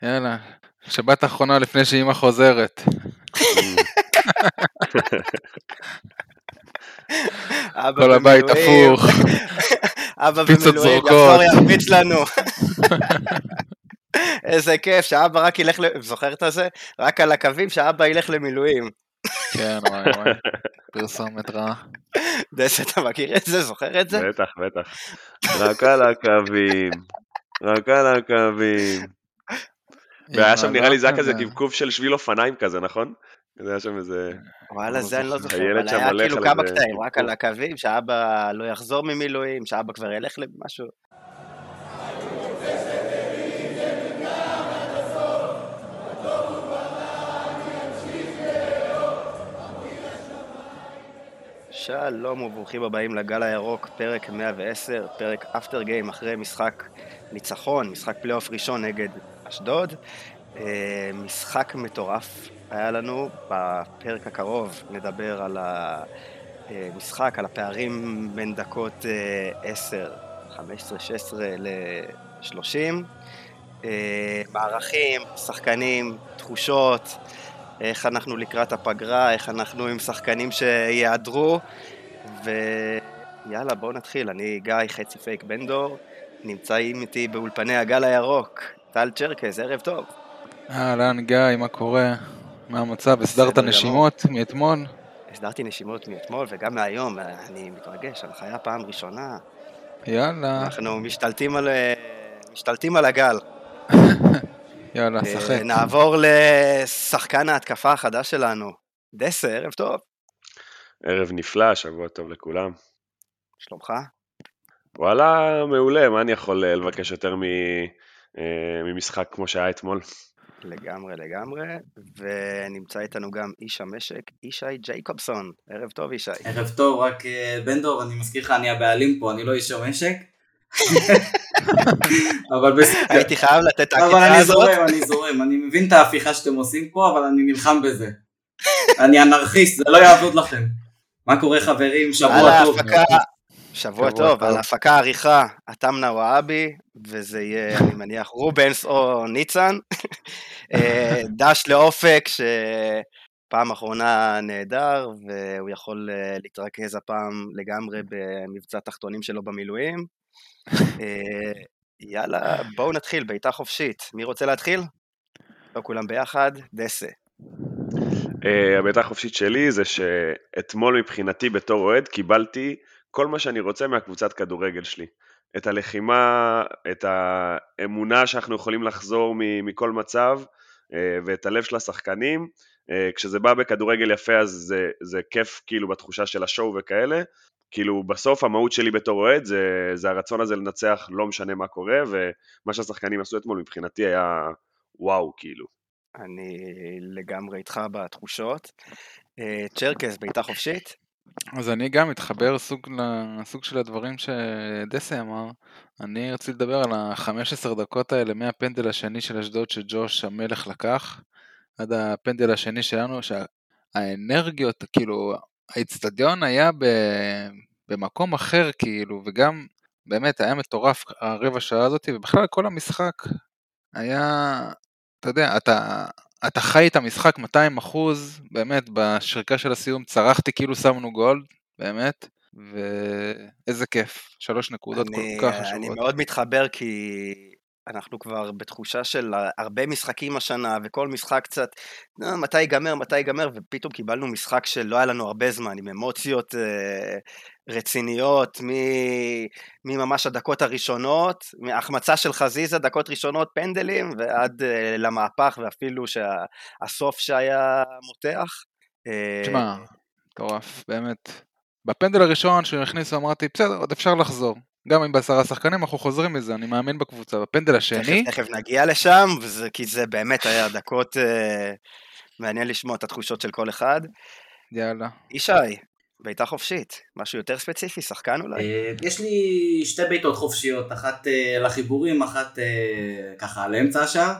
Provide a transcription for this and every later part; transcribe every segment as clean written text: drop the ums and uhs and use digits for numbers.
יאללה, שבת האחרונה לפני שאמא חוזרת. כל הבית הפוך. אבא פיצות במילואים, זורקות. יחזור ירביץ לנו. איזה כיף, שאבא רק ילך, זוכר את זה? רק על הקווים שאבא ילך למילואים. כן, וואי, פרסומת רעה. דס, אתה מכיר את זה? זוכר את זה? בטח. רק על הקווים, רק על הקווים. והיה שם נראה לי זה היה כזה קבקוב של שביל אופניים כזה, נכון? זה היה שם איזה... וואלה, זה אני לא זוכר, הילד אבל שם היה הולך כאילו על כמה איזה קטעים, רק קבקוב. על הקווים, שאבא לא יחזור ממילואים, שאבא כבר ילך למשהו. שלום וברוכים הבאים לגל הירוק, פרק 110, פרק אפטר גיים אחרי משחק ניצחון, משחק פלייאוף ראשון נגד אשדוד. משחק מטורף היה לנו. בפרק הקרוב נדבר על המשחק, על הפערים בין דקות 10, 15, 16 ל-30. מערכים, שחקנים, תחושות, איך אנחנו לקראת הפגרה, איך אנחנו עם שחקנים שיעדרו, ויאללה, בואו נתחיל. אני גיא, חצי פייק בנדור, נמצאים איתי באולפני הגל הירוק, טל צ'רקס, ערב טוב. אהלן גיא, מה קורה? מה המצב? הסדרת נשימות מאתמול? הסדרתי נשימות מאתמול וגם מהיום, אני מתרגש, הנחיה פעם ראשונה. יאללה. אנחנו משתלטים על הגל. יאללה, שחק. נעבור לשחקן ההתקפה החדש שלנו. דסה, ערב טוב. ערב נפלא, שבוע טוב לכולם. שלומך? וואלה, מעולה, מה אני יכול לבקש יותר ממשחק כמו שהיה אתמול? לגמרי, ונמצא איתנו גם איש המשק, ישי ג'ייקובסון. ערב טוב, ישי. ערב טוב, רק בנדור, אני מזכיר לך, אני הבעלים פה, אני לא איש המשק. אבל הייתי חייב לתת את אבל הקטעה הזאת. אני זורם, אני מבין את ההפיכה שאתם עושים פה, אבל אני נלחם בזה. אני אנרכיסט, זה לא יעבוד לכם. מה קורה חברים? שבוע טוב. שבוע טוב, על ההפקה העריכה, התמנה וואבי, וזה יהיה, אני מניח, רובנס או ניצן. דש לאופק, שפעם אחרונה נהדר, והוא יכול להתרכז הפעם לגמרי במבצע תחתונים שלו במילואים. יאללה, בואו נתחיל, בעיטה חופשית. מי רוצה להתחיל? לא כולם ביחד, דסה. הבעיטה החופשית שלי זה שאתמול מבחינתי בתור אוהד קיבלתי כל מה שאני רוצה מהקבוצת כדורגל שלי. את הלחימה, את האמונה שאנחנו יכולים לחזור מכל מצב, ואת הלב של השחקנים. כשזה בא בכדורגל יפה אז זה כיף כאילו בתחושה של השואו וכאלה. כאילו בסוף המהות שלי בתור אוהד זה הרצון הזה לנצח לא משנה מה קורה, ומה שהשחקנים עשו אתמול מבחינתי היה וואו כאילו. אני לגמרי איתך בתחושות. צ'רקס, בעיטה חופשית? אז אני גם מתחבר סוג של הדברים שדסי אמר. אני רציתי לדבר על ה-15 דקות האלה מהפנדל השני של אשדוד שג'וש המלך לקח, עד הפנדל השני שלנו, שהאנרגיות, כאילו, האצטדיון היה במקום אחר, כאילו, וגם באמת היה מטורף הרבע שעה הזאת, ובכלל כל המשחק היה, אתה יודע, אתה חי את המשחק 200%, באמת, בשריקה של הסיום צרחתי כאילו שמנו גול, באמת, ואיזה כיף, 3 נקודות כל כך חשובות. אני מאוד מתחבר כי אנחנו כבר בתחושה של הרבה משחקים השנה, וכל משחק קצת, מתי ייגמר, ופתאום קיבלנו משחק שלא היה לנו הרבה זמן, עם אמוציות רציניות, מממש הדקות הראשונות, מהחמצה של חזיזה, דקות ראשונות פנדלים, ועד למהפך, ואפילו שהסוף שהיה מותח. תשמע, מטורף, באמת. בפנדל הראשון שהוא הכניס, אמרתי, בסדר, עוד אפשר לחזור. גם אם ב10 שחקנים אנחנו חוזרים מזה, אני מאמין בקבוצה. בפנדל השני... תכף נגיע לשם, כי זה באמת היה דקות, מעניין לשמוע את התחושות של כל אחד. יאללה. ישי, בעיטה חופשית, משהו יותר ספציפי, שחקן אולי? יש לי 2 בעיטות חופשיות, אחת לחיבורים, אחת ככה לאמצע השער.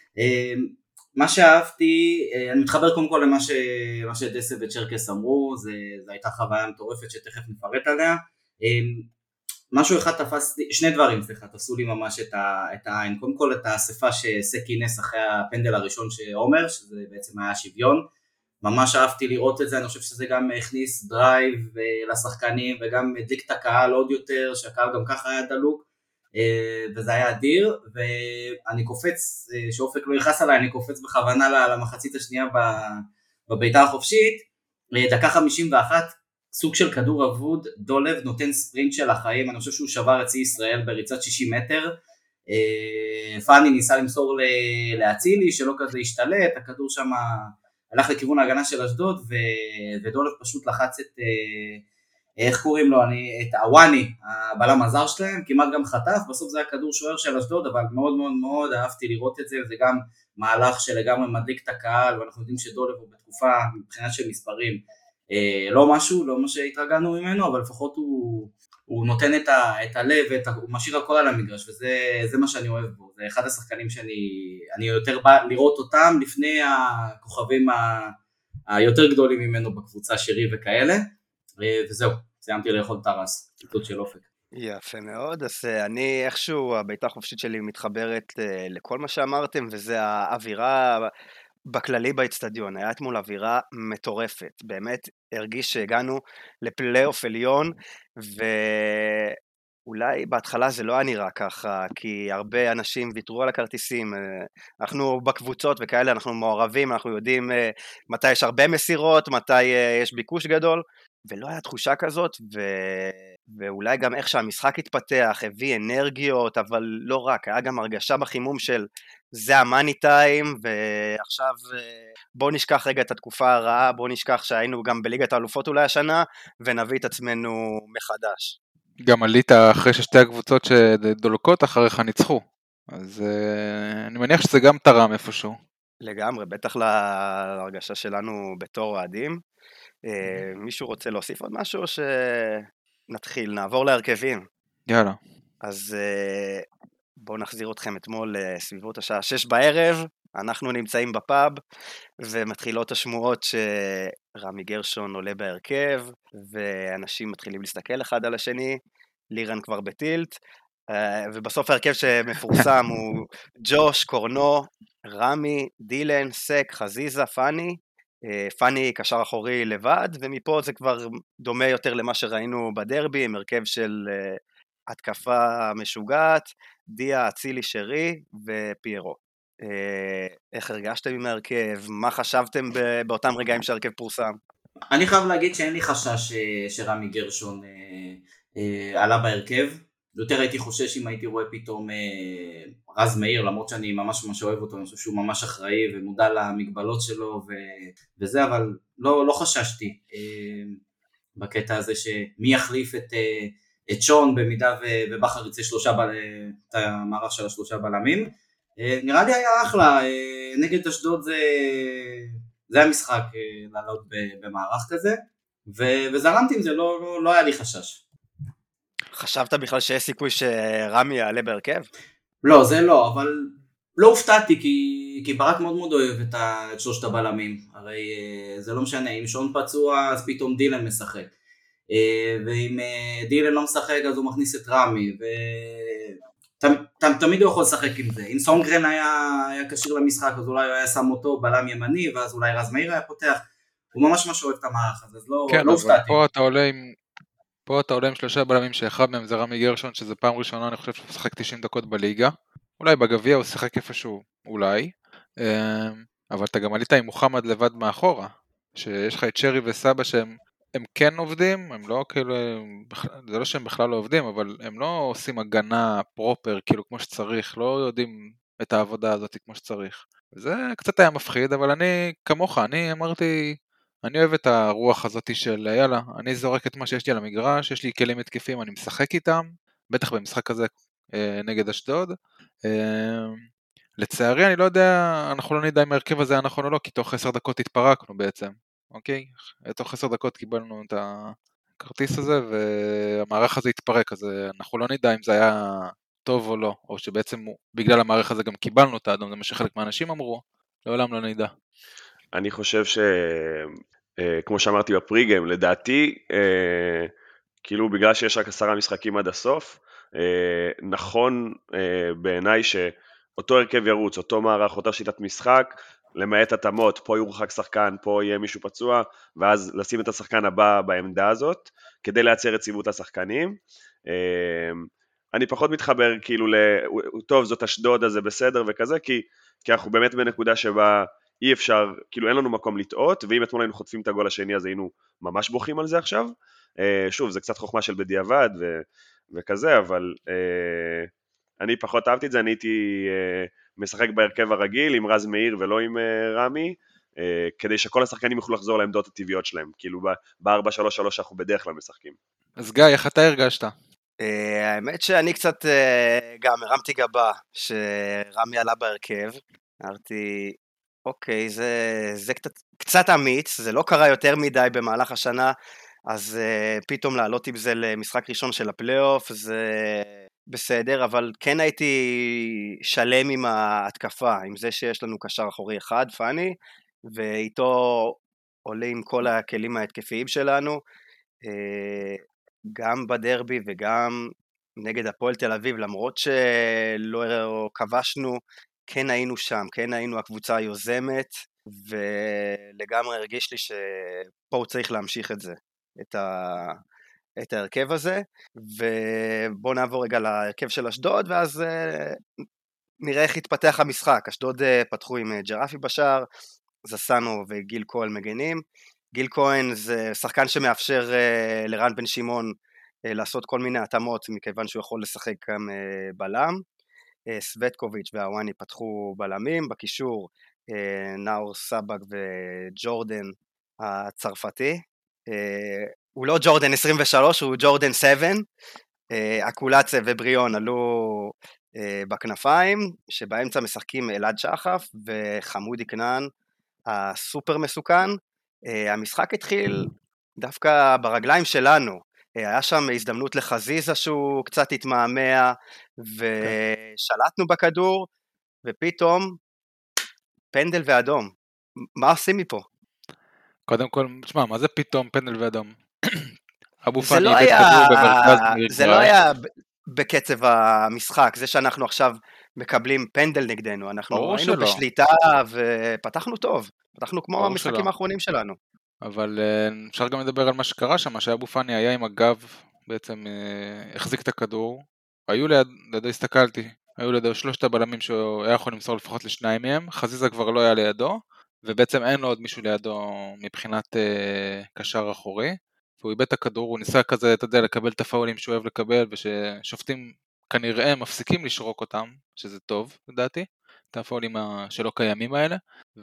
מה שאהבתי, אני מתחבר קודם כל למה שדסה וצ'רקס אמרו, זו הייתה חוויה מטורפת שתכף נפרט עליה. משהו אחד תפס לי, שני דברים, סליחה, תפסו לי ממש את העין. קודם כל את האספה שסקי נס אחרי הפנדל הראשון שעומר, שזה בעצם היה שוויון. ממש אהבתי לראות את זה, אני חושב שזה גם הכניס דרייב לשחקנים, וגם הדליק את הקהל עוד יותר, שהקהל גם ככה היה דלוק, וזה היה אדיר, ואני קופץ, שאופק לא יכנס עליי, אני קופץ בכוונה למחצית השנייה בביתה החופשית, דקה 51, סוג של כדור אבוד, דולב נותן ספרינט של החיים, אני חושב שהוא שבר את צי ישראל בריצת 60 מטר, פאני ניסה למסור להצילי, שלא כזה השתלט, הכדור שם הלך לכיוון ההגנה של אשדוד, ודולב פשוט לחץ את, איך קוראים לו, את הוואני, הבלם הזר שלהם, כמעט גם חטף, בסוף זה היה כדור שוער של אשדוד, אבל מאוד מאוד מאוד אהבתי לראות את זה, וזה גם מהלך שלגמרי מדליק את הקהל, ואנחנו יודעים שדולב הוא בתקופה מבחינת של מספרים, לא מה שהתרגלנו ממנו, אבל לפחות הוא נותן את הלב, הוא משאיר הכל על המגרש, וזה מה שאני אוהב בו, זה אחד השחקנים שאני יותר בא לראות אותם, לפני הכוכבים היותר גדולים ממנו בקבוצה, שירי וכאלה, וזהו, סיימתי לאכול טרס, ציטוט של אופק. יפה מאוד, אז אני איכשהו, הביתה החופשית שלי מתחברת לכל מה שאמרתם, וזה האווירה בכללי באצטדיון, היה אתמול אווירה מטורפת, באמת הרגיש שהגענו לפלייאוף עליון, ואולי בהתחלה זה לא היה נראה ככה, כי הרבה אנשים ויתרו על הכרטיסים, אנחנו בקבוצות וכאלה, אנחנו מעורבים, אנחנו יודעים מתי יש הרבה מסירות, מתי יש ביקוש גדול, ולא היה תחושה כזאת, ואולי גם איך שהמשחק התפתח, הביא אנרגיות, אבל לא רק, היה גם הרגשה בחימום של זה המאני טיים, ועכשיו בואו נשכח רגע את התקופה הרעה, בואו נשכח שהיינו גם בליגת האלופות אולי השנה, ונביא את עצמנו מחדש. גם עלית אחרי ששתי הקבוצות שדולקות אחריך ניצחו, אז אני מניח שזה גם תרם איפשהו. לגמרי, בטח להרגשה שלנו בתור אוהדים. מישהו רוצה להוסיף עוד משהו או שנתחיל, נעבור להרכבים? יאללה. אז בואו נחזיר אתכם אתמול לסביבות השעה 6 בערב, אנחנו נמצאים בפאב, ומתחילות השמועות שרמי גרשון עולה בהרכב, ואנשים מתחילים להסתכל אחד על השני, לירן כבר בטילט, ובסוף ההרכב שמפורסם הוא ג'וש, קורנו, רמי, דילן, סק, חזיזה, פאני, פאני קשר אחורי לבד, ומפה זה כבר דומה יותר למה שראינו בדרבי, עם הרכב של התקפה משוגעת, דיה, אצילי, שרי ופיירו. איך הרגשתם עם ההרכב? מה חשבתם באותם רגעים שההרכב פורסם? אני חייב להגיד שאין לי חשש שרמי גרשון עלה בהרכב, יותר הייתי חושש אם הייתי רואה פתאום רז מאיר, למרות שאני ממש אוהב אותו, אני חושב שהוא ממש אחראי ומודע למגבלות שלו וזה, אבל לא חששתי בקטע הזה שמי יחליף את שון במידה ובחר יצא את המערך של השלושה בלמים. נראה לי היה אחלה, נגד אשדוד זה המשחק לעלות במערך כזה, וזרמתי עם זה, לא היה לי חשש. חשבת בכלל שיש סיכוי שרמי יעלה בהרכב? לא, זה לא, אבל לא הופתעתי, כי ברק מאוד מאוד אוהב את שלושת הבלמים, הרי זה לא משנה, אם שון פצוע אז פתאום דילן משחק, ואם דילן לא משחק אז הוא מכניס את רמי, תמיד הוא יכול לשחק עם זה. אם סונגרן היה קשיר למשחק אז אולי הוא היה שם אותו בלם ימני, ואז אולי רז מאיר היה פותח, הוא ממש אוהב את המערך הזה, אז לא הופתעתי. כן, פה אתה עולה עם שלושה בלמים שאחד מהם זה רמי גרשון, שזה פעם ראשונה אני חושב שהוא שחק 90 דקות בליגה, אולי בגביע הוא שחק איפשהו, אולי, אבל אתה גם עלית עם מוחמד לבד מאחורה, שיש לך את שרי וסבא שהם כן עובדים, הם לא כאילו, זה לא שהם בכלל לא עובדים, אבל הם לא עושים הגנה פרופר, כאילו כמו שצריך, לא יודעים את העבודה הזאת כמו שצריך, וזה קצת היה מפחיד, אבל אני כמוך, אני אמרתי, אני אוהב את הרוח הזאת של יאללה, אני זורק את מה שיש לי על המגרש, יש לי כלים התקפים, אני משחק איתם, בטח במשחק הזה נגד אשדוד. לצערי אני לא יודע, אנחנו לא נדע אם ההרכב הזה היה נכון או לא, כי תוך 10 דקות התפרקנו בעצם, אוקיי? תוך 10 דקות קיבלנו את הכרטיס הזה, והמערך הזה התפרק, אז אנחנו לא נדע אם זה היה טוב או לא, או שבעצם בגלל המערך הזה גם קיבלנו את האדום, זה מה שחלק מהאנשים אמרו, לעולם לא נדע. אני חושב כמו שאמרתי בפריגיים, לדעתי, כאילו בגלל שיש רק 10 משחקים עד הסוף, נכון בעיניי שאותו הרכב ירוץ, אותו מערך, אותה שיטת משחק, למעט התאמות, פה יורחק שחקן, פה יהיה מישהו פצוע, ואז לשים את השחקן הבא בעמדה הזאת, כדי לייצר יציבות לשחקנים. אני פחות מתחבר כאילו טוב, זאת אשדוד, אז זה בסדר וכזה, כי אנחנו באמת בנקודה שבה אי אפשר, כאילו אין לנו מקום לטעות, ואם אתמול היינו חוטפים את הגול השני, אז היינו ממש בוכים על זה עכשיו. שוב, זה קצת חוכמה של בדיעבד וכזה, אבל אני פחות אהבתי את זה, אני הייתי משחק בהרכב הרגיל, עם רז מאיר ולא עם רמי, כדי שכל השחקנים יוכלו לחזור לעמדות הטבעיות שלהם, כאילו ב-4-3-3 שאנחנו בדרך כלל משחקים. אז גיא, איך אתה הרגשת? האמת שאני קצת גם הרמתי גבה שרמי עלה בהרכב, אמרתי, אוקיי, זה קצת אמיץ, זה לא קרה יותר מדי במהלך השנה, אז פתאום לעלות עם זה למשחק ראשון של הפלייאוף, זה בסדר, אבל כן הייתי שלם עם ההתקפה, עם זה שיש לנו קשר אחורי אחד, פני, ואיתו עולים כל הכלים ההתקפיים שלנו, גם בדרבי וגם נגד הפועל תל אביב, למרות שלא כבשנו, כן היינו שם, כן היינו הקבוצה היוזמת, ולגמרי הרגיש לי שפה הוא צריך להמשיך את זה, את ההרכב הזה, ובואו נעבור רגע להרכב של אשדוד, ואז נראה איך התפתח המשחק. אשדוד פתחו עם ג'רפי בשער, זסנו וגיל כהן מגנים, גיל כהן זה שחקן שמאפשר לרן בן שמעון לעשות כל מיני התאמות, מכיוון שהוא יכול לשחק גם בלם, סווטקוביץ' והוואני פתחו בלמים, בקישור נאור סבק וג'ורדן הצרפתי, הוא לא ג'ורדן 23, הוא ג'ורדן 7, אקולציה ובריאון עלו בכנפיים, שבאמצע משחקים אלעד שחף וחמודי כנען הסופר מסוכן. המשחק התחיל דווקא ברגליים שלנו, היה שם הזדמנות לחזיזה שהוא קצת התמהמה, ושלטנו בכדור, ופתאום פנדל ואדום. מה עושים מפה? קודם כל, תשמע, מה זה פתאום פנדל ואדום? אבו זה פאני לא איבד היה, כדור במרכז זה לא היה בקצב המשחק, זה שאנחנו עכשיו מקבלים פנדל נגדנו, אנחנו ברור היינו שלא. בשליטה ופתחנו טוב, פתחנו כמו ברור המשחקים שלא. האחרונים שלנו. אבל אפשר גם לדבר על מה שקרה שם, שאבו פאני היה עם הגב, בעצם החזיק את הכדור, היו לידו, הסתכלתי, היו לידו 3 הבלמים שהוא היה יכול למסור לפחות ל2 מהם, חזיזה כבר לא היה לידו, ובעצם אין לו עוד מישהו לידו מבחינת קשר אחורי, והוא איבד את הכדור, הוא ניסה כזה, אתה יודע, לקבל את הפאולים שהוא אוהב לקבל, וששופטים כנראה מפסיקים לשרוק אותם, שזה טוב לדעתי, את הפאולים שלא קיימים האלה,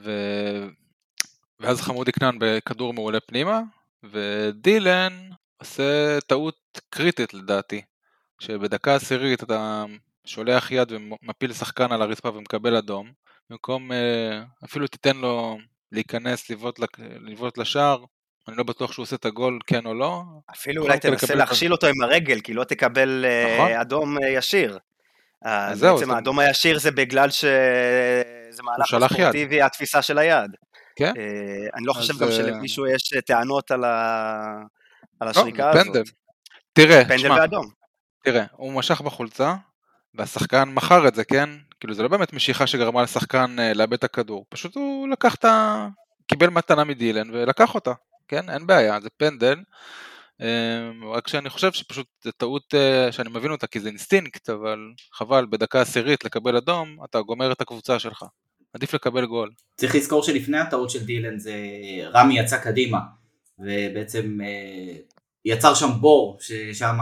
ואז חמודי כנען בכדור מעולה פנימה, ודילן עושה טעות קריטית לדעתי, שבדקה 10 אתה שולח יד ומפיל שחקן על הרצפה ומקבל אדום, במקום אפילו תיתן לו להיכנס, לבעוט לשער, אני לא בטוח שהוא עושה את הגול כן או לא. אפילו אולי תנסה להכשיל אותו עם הרגל, כי לא תקבל אדום ישיר. בעצם האדום הישיר זה בגלל שזה מהלך ספורטיבי, התפיסה של היד. כן? אני לא חושב גם שלמישהו יש טענות על השריקה הזאת. תראה, פנדל ואדום. תראה, הוא משך בחולצה, והשחקן מכר את זה, כן? כאילו זה לא באמת משיכה שגרמה לשחקן לאבד את הכדור, פשוט הוא לקח קיבל מתנה מדילן ולקח אותה, כן? אין בעיה, זה פנדל, רק שאני חושב שפשוט זה טעות שאני מבין אותה, כי זה אינסטינקט, אבל חבל, בדקה 10 לקבל אדום, אתה גומר את הקבוצה שלך. עדיף לקבל גול. צריך לזכור שלפני הטעות של דילן זה רמי יצא קדימה, ובעצם יצר שם בור, ששם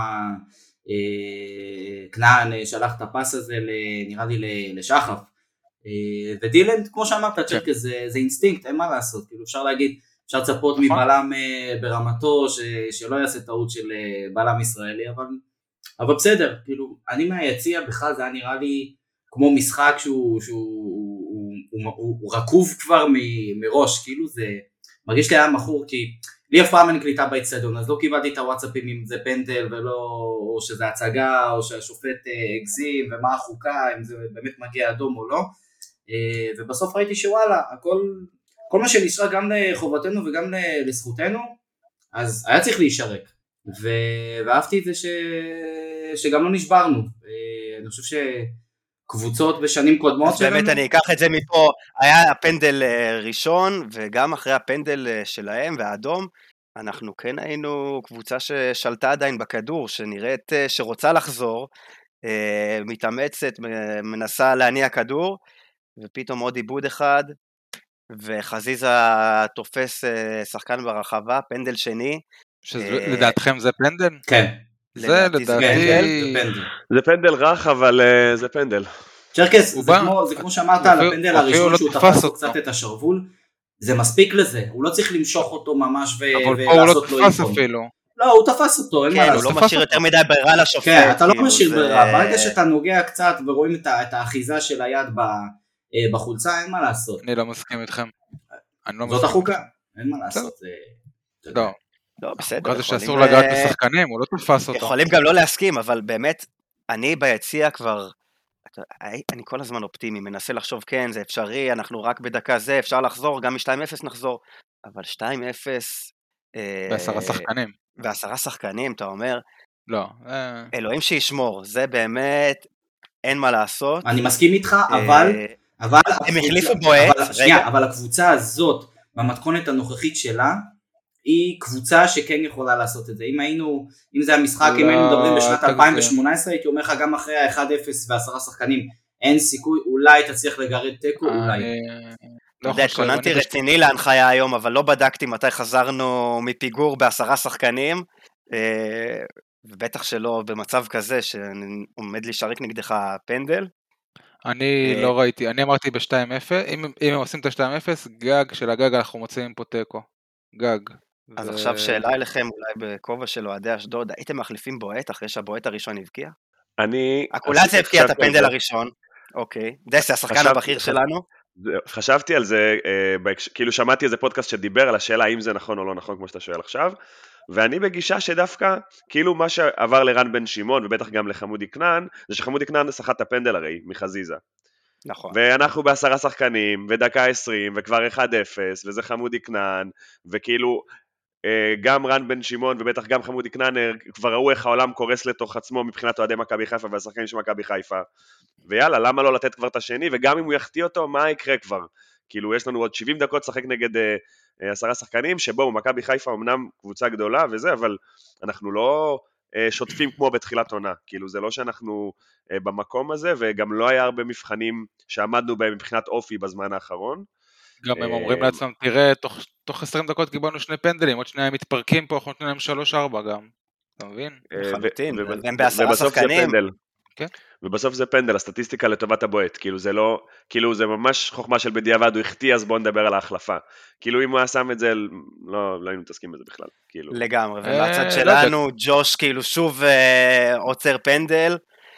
כנען שלח את הפס הזה, נראה לי לשחף, ודילן, כמו שאמרת, צ'רקס זה אינסטינקט, אין מה לעשות, כאילו אפשר להגיד, אפשר לצפות מבלם ברמתו, שלא יעשה טעות של בלם ישראלי, אבל בסדר, כאילו, אני מהיציע בכלל זה היה נראה לי כמו משחק שהוא רקוב כבר מראש, כאילו זה מרגיש לי היה מכור, כי לי אף פעם אין קליטה באצטדיון, אז לא קיבלתי את הוואטסאפים אם זה פנדל ולא, או שזה הצגה, או שהשופט הגזים, ומה החוקה, אם זה באמת מגיע אדום או לא, ובסוף ראיתי שוואלה, כל מה שנשאר גם לחובתנו וגם לזכותנו, אז היה צריך להישרק, ואהבתי את זה שגם לא נשברנו. אני חושב שקבוצות בשנים קודמות אז באמת אני אקח את זה מפה, היה הפנדל ראשון, וגם אחרי הפנדל שלהם והאדום, אנחנו כן היינו קבוצה ששלטה עדיין בכדור, שנראית שרוצה לחזור, מתאמצת, מנסה להניע כדור, ופתאום עוד עיבוד אחד, וחזיזה תופס שחקן ברחבה, פנדל שני. לדעתכם זה פנדל? כן. זה לדעתי... זה פנדל רך, אבל זה פנדל. צ'רקס, זה כמו שאמרת על הפנדל הראשון שהוא תפס לו קצת את השרוול, זה מספיק לזה, הוא לא צריך למשוך אותו ממש אבל פה הוא לא תפס אפילו. לא, הוא תפס אותו, אין מה לעשות. הוא לא משאיר יותר מדי ברירה לשופט. כן, אתה לא משאיר ברירה, ברגע שאתה נוגע קצת ורואים את האחיזה של היד בחולצה, אין מה לעשות. אני לא מסכים איתכם. זאת החוקה, אין מה לעשות. לא, בסדר. זה שאסור לגעת בשחקנים, הוא לא תפס אותו. יכולים גם לא להסכים, אבל באמת, אני ביציע כבר, אני כל הזמן אופטימי, מנסה לחשוב, כן, זה אפשרי, אנחנו רק בדקה זה, אפשר לחזור, גם מ-2-0 נחזור, אבל 2-0... ו10 שחקנים. ו10 שחקנים, אתה אומר, לא. אלוהים שישמור, זה באמת, אין מה לעשות. אני מסכים איתך, אבל... הם החליפו בועט. אבל הקבוצה הזאת, במתכונת הנוכחית שלה, היא קבוצה שכן יכולה לעשות את זה. אם זה המשחק, אם היינו מדברים בשנת 2018, הייתי אומר לך גם אחרי ה-1-0 ו10 שחקנים, אין סיכוי, אולי תצליח לגרד תיקו, אולי. לא יודע, התכוננתי רציני להנחיה היום, אבל לא בדקתי מתי חזרנו מפיגור ב10 שחקנים, ובטח שלא במצב כזה שעומד להישרק נגדך פנדל. אני לא ראיתי, אני אמרתי ב-2-0, אם הם עושים את ה-2-0, גג של הגג אנחנו מוצאים פה תיקו. גג. אז עכשיו שאלה אליכם, אולי בכובע של אוהדי אשדוד, הייתם מחליפים בועט אחרי שהבועט הראשון הבקיע? אקולציה הבקיע את הפנדל הראשון, אוקיי. דסי, השחקן הבכיר שלנו. חשבתי על זה, כאילו שמעתי איזה פודקאסט שדיבר על השאלה האם זה נכון או לא נכון, כמו שאתה שואל עכשיו, ואני בגישה שדווקא, כאילו מה שעבר לרן בן שמעון, ובטח גם לחמודי כנען, זה שחמודי כנען שחט את הפנדל הרי, מחזיזה. נכון. ואנחנו ב10 שחקנים, ודקה 20, וכבר 1-0, וזה חמודי כנען, וכאילו, גם רן בן שמעון, ובטח גם חמודי כנען, כבר ראו איך העולם קורס לתוך עצמו, מבחינת אוהדי מכבי חיפה, והשחקנים של מכבי חיפה, ויאללה, למה לא לתת כבר את השני, וגם אם הוא יחטיא אותו, מה יקרה כבר? כאילו, יש לנו עוד 70 דקות לשחק נגד 10 שחקנים, שבו מכבי חיפה אמנם קבוצה גדולה וזה, אבל אנחנו לא שוטפים כמו בתחילת עונה, כאילו זה לא שאנחנו במקום הזה, וגם לא היה הרבה מבחנים שעמדנו בהם מבחינת אופי בזמן האחרון. גם הם אומרים לעצמם, תראה, תוך 20 דקות קיבלנו 2 פנדלים, עוד שניה הם מתפרקים פה, אנחנו נותנים להם 3-4 גם, אתה מבין? לחלוטין, והם ב10 שחקנים. ובסוף זה פנדל, הסטטיסטיקה לטובת הבועט, כאילו זה לא, כאילו זה ממש חוכמה של בדיעבד, הוא החטיא, אז בואו נדבר על ההחלפה. כאילו אם הוא היה שם את זה, לא היינו מתעסקים בזה בכלל. לגמרי, ומהצד שלנו, ג'וש כאילו שוב עוצר פנדל,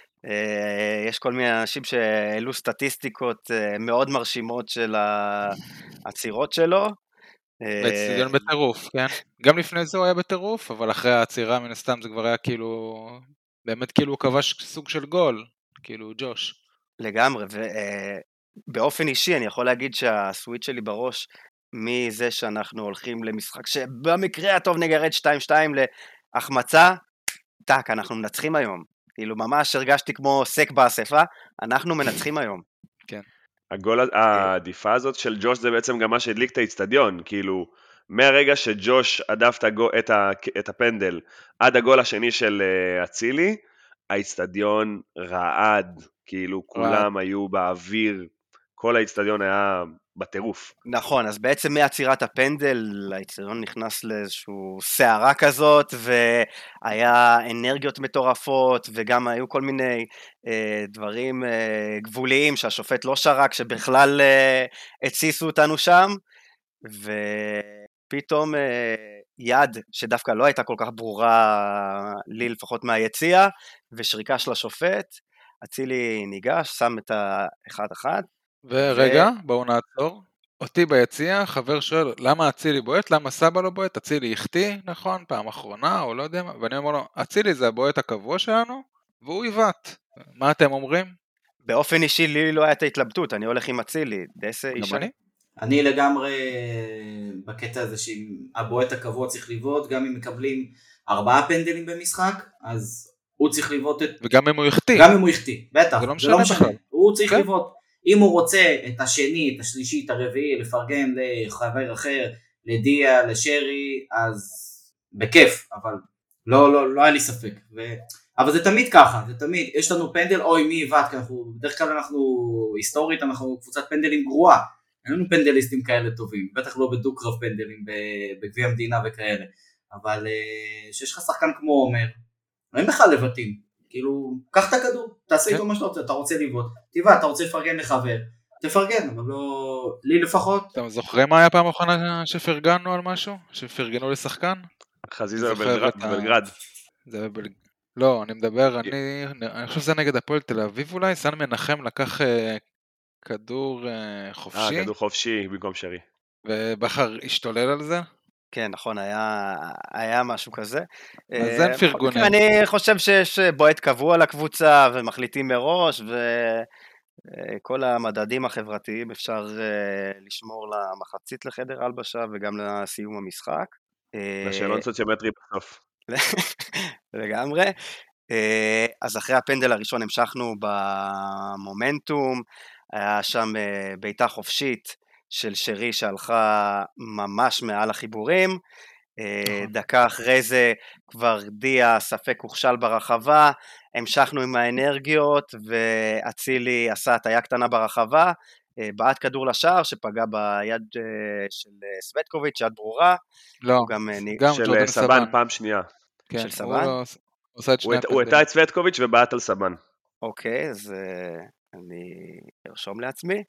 יש כל מיני אנשים שהעלו סטטיסטיקות מאוד מרשימות של העצירות שלו. באצטדיון בטירוף, כן? גם לפני זה הוא היה בטירוף, אבל אחרי העצירה מן הסתם זה כבר היה כאילו... באמת כאילו הוא כבש סוג של גול, כאילו ג'וש. לגמרי, ובאופן אישי אני יכול להגיד שהסוויט שלי בראש, מזה שאנחנו הולכים למשחק שבמקרה הטוב נגרד 2-2 להחמצה, טק, אנחנו מנצחים היום. כאילו ממש הרגשתי כמו סק באספה, אנחנו מנצחים היום. כן. העדיפה הזאת של ג'וש זה בעצם גם מה שהדליק את האצטדיון, כאילו... מהרגע שג'וש עדף את הפנדל עד הגול השני של אצילי, האצטדיון רעד, כאילו כולם היו באוויר, כל האצטדיון היה בטירוף. נכון, אז בעצם מעצירת הפנדל, האצטדיון נכנס לאיזשהו סערה כזאת, והיה אנרגיות מטורפות, וגם היו כל מיני דברים גבוליים שהשופט לא שרק, שבכלל הציסו אותנו שם, פתאום יד שדווקא לא הייתה כל כך ברורה לי לפחות מהיציאה, ושריקה של השופט, אצילי ניגש, שם את ה-1-1. ורגע, בואו נעצור. אותי ביציאה, חבר שואל, למה אצילי בועט? למה סבא לא בועט? אצילי החטיא, נכון? פעם אחרונה, או לא יודע מה. ואני אומר לו, אצילי זה הבועט הקבוע שלנו, והוא יבט. מה אתם אומרים? באופן אישי לי לא הייתה התלבטות, אני הולך עם אצילי. דסה אישה. אני לגמרי בקטע הזה שהבועט הקבוע צריך לבעוט, גם אם מקבלים 4 פנדלים במשחק, אז הוא צריך לבעוט את... וגם אם הוא יחטיא. גם אם הוא יחטיא, בטח, זה לא משנה בכלל. הוא צריך כן. לבעוט. אם הוא רוצה את השני, את השלישי, את הרביעי, לפרגן לחבר אחר, לדיה, לשרי, אז בכיף, אבל לא היה לי ספק. אבל זה תמיד ככה, זה תמיד, יש לנו פנדל, אוי מי עיוות, כי בדרך כלל היסטורית, אנחנו קבוצת פנדלים גרועה, אין לנו פנדליסטים כאלה טובים, בטח לא בדו-קרב פנדלים, בגביע המדינה וכאלה, אבל שיש לך שחקן כמו עומר, אין בכלל לבטים, כאילו, קח את הכדור, תעשה איתו מה שאתה רוצה, אתה רוצה לבעוט, תבעט, אתה רוצה לפרגן לחבר, תפרגן, אבל לא, לי לפחות. אתם זוכרים מה היה פעם האחרונה שפרגנו על משהו? שפרגנו לשחקן? חזיזה בבלגרד. לא, אני מדבר, אני חושב שזה נגד הפועל תל אביב אולי, סן מנחם לקח כדור חופשי. כדור חופשי במקום שרי. ובחר השתולל על זה? כן, נכון, היה משהו כזה. אז אין פרגונים. אני חושב שיש בועט קבוע לקבוצה, ומחליטים מראש, וכל המדדים החברתיים אפשר לשמור למחצית לחדר הלבשה, וגם לסיום המשחק. לשאלון סוציומטרי בסוף. לגמרי. אז אחרי הפנדל הראשון המשכנו במומנטום, היה שם בעיטה חופשית של שרי שהלכה ממש מעל החיבורים, דקה אחרי זה כבר דיה ספק הוכשל ברחבה, המשכנו עם האנרגיות ואצילי עשה הטיה קטנה ברחבה, בעט כדור לשער שפגע ביד של סווטקוביץ', יד ברורה. לא, גם של סבן פעם שנייה. של סבן? הוא הייתה את סווטקוביץ' ובעט על סבן. אוקיי, אז אני ארשום לעצמי,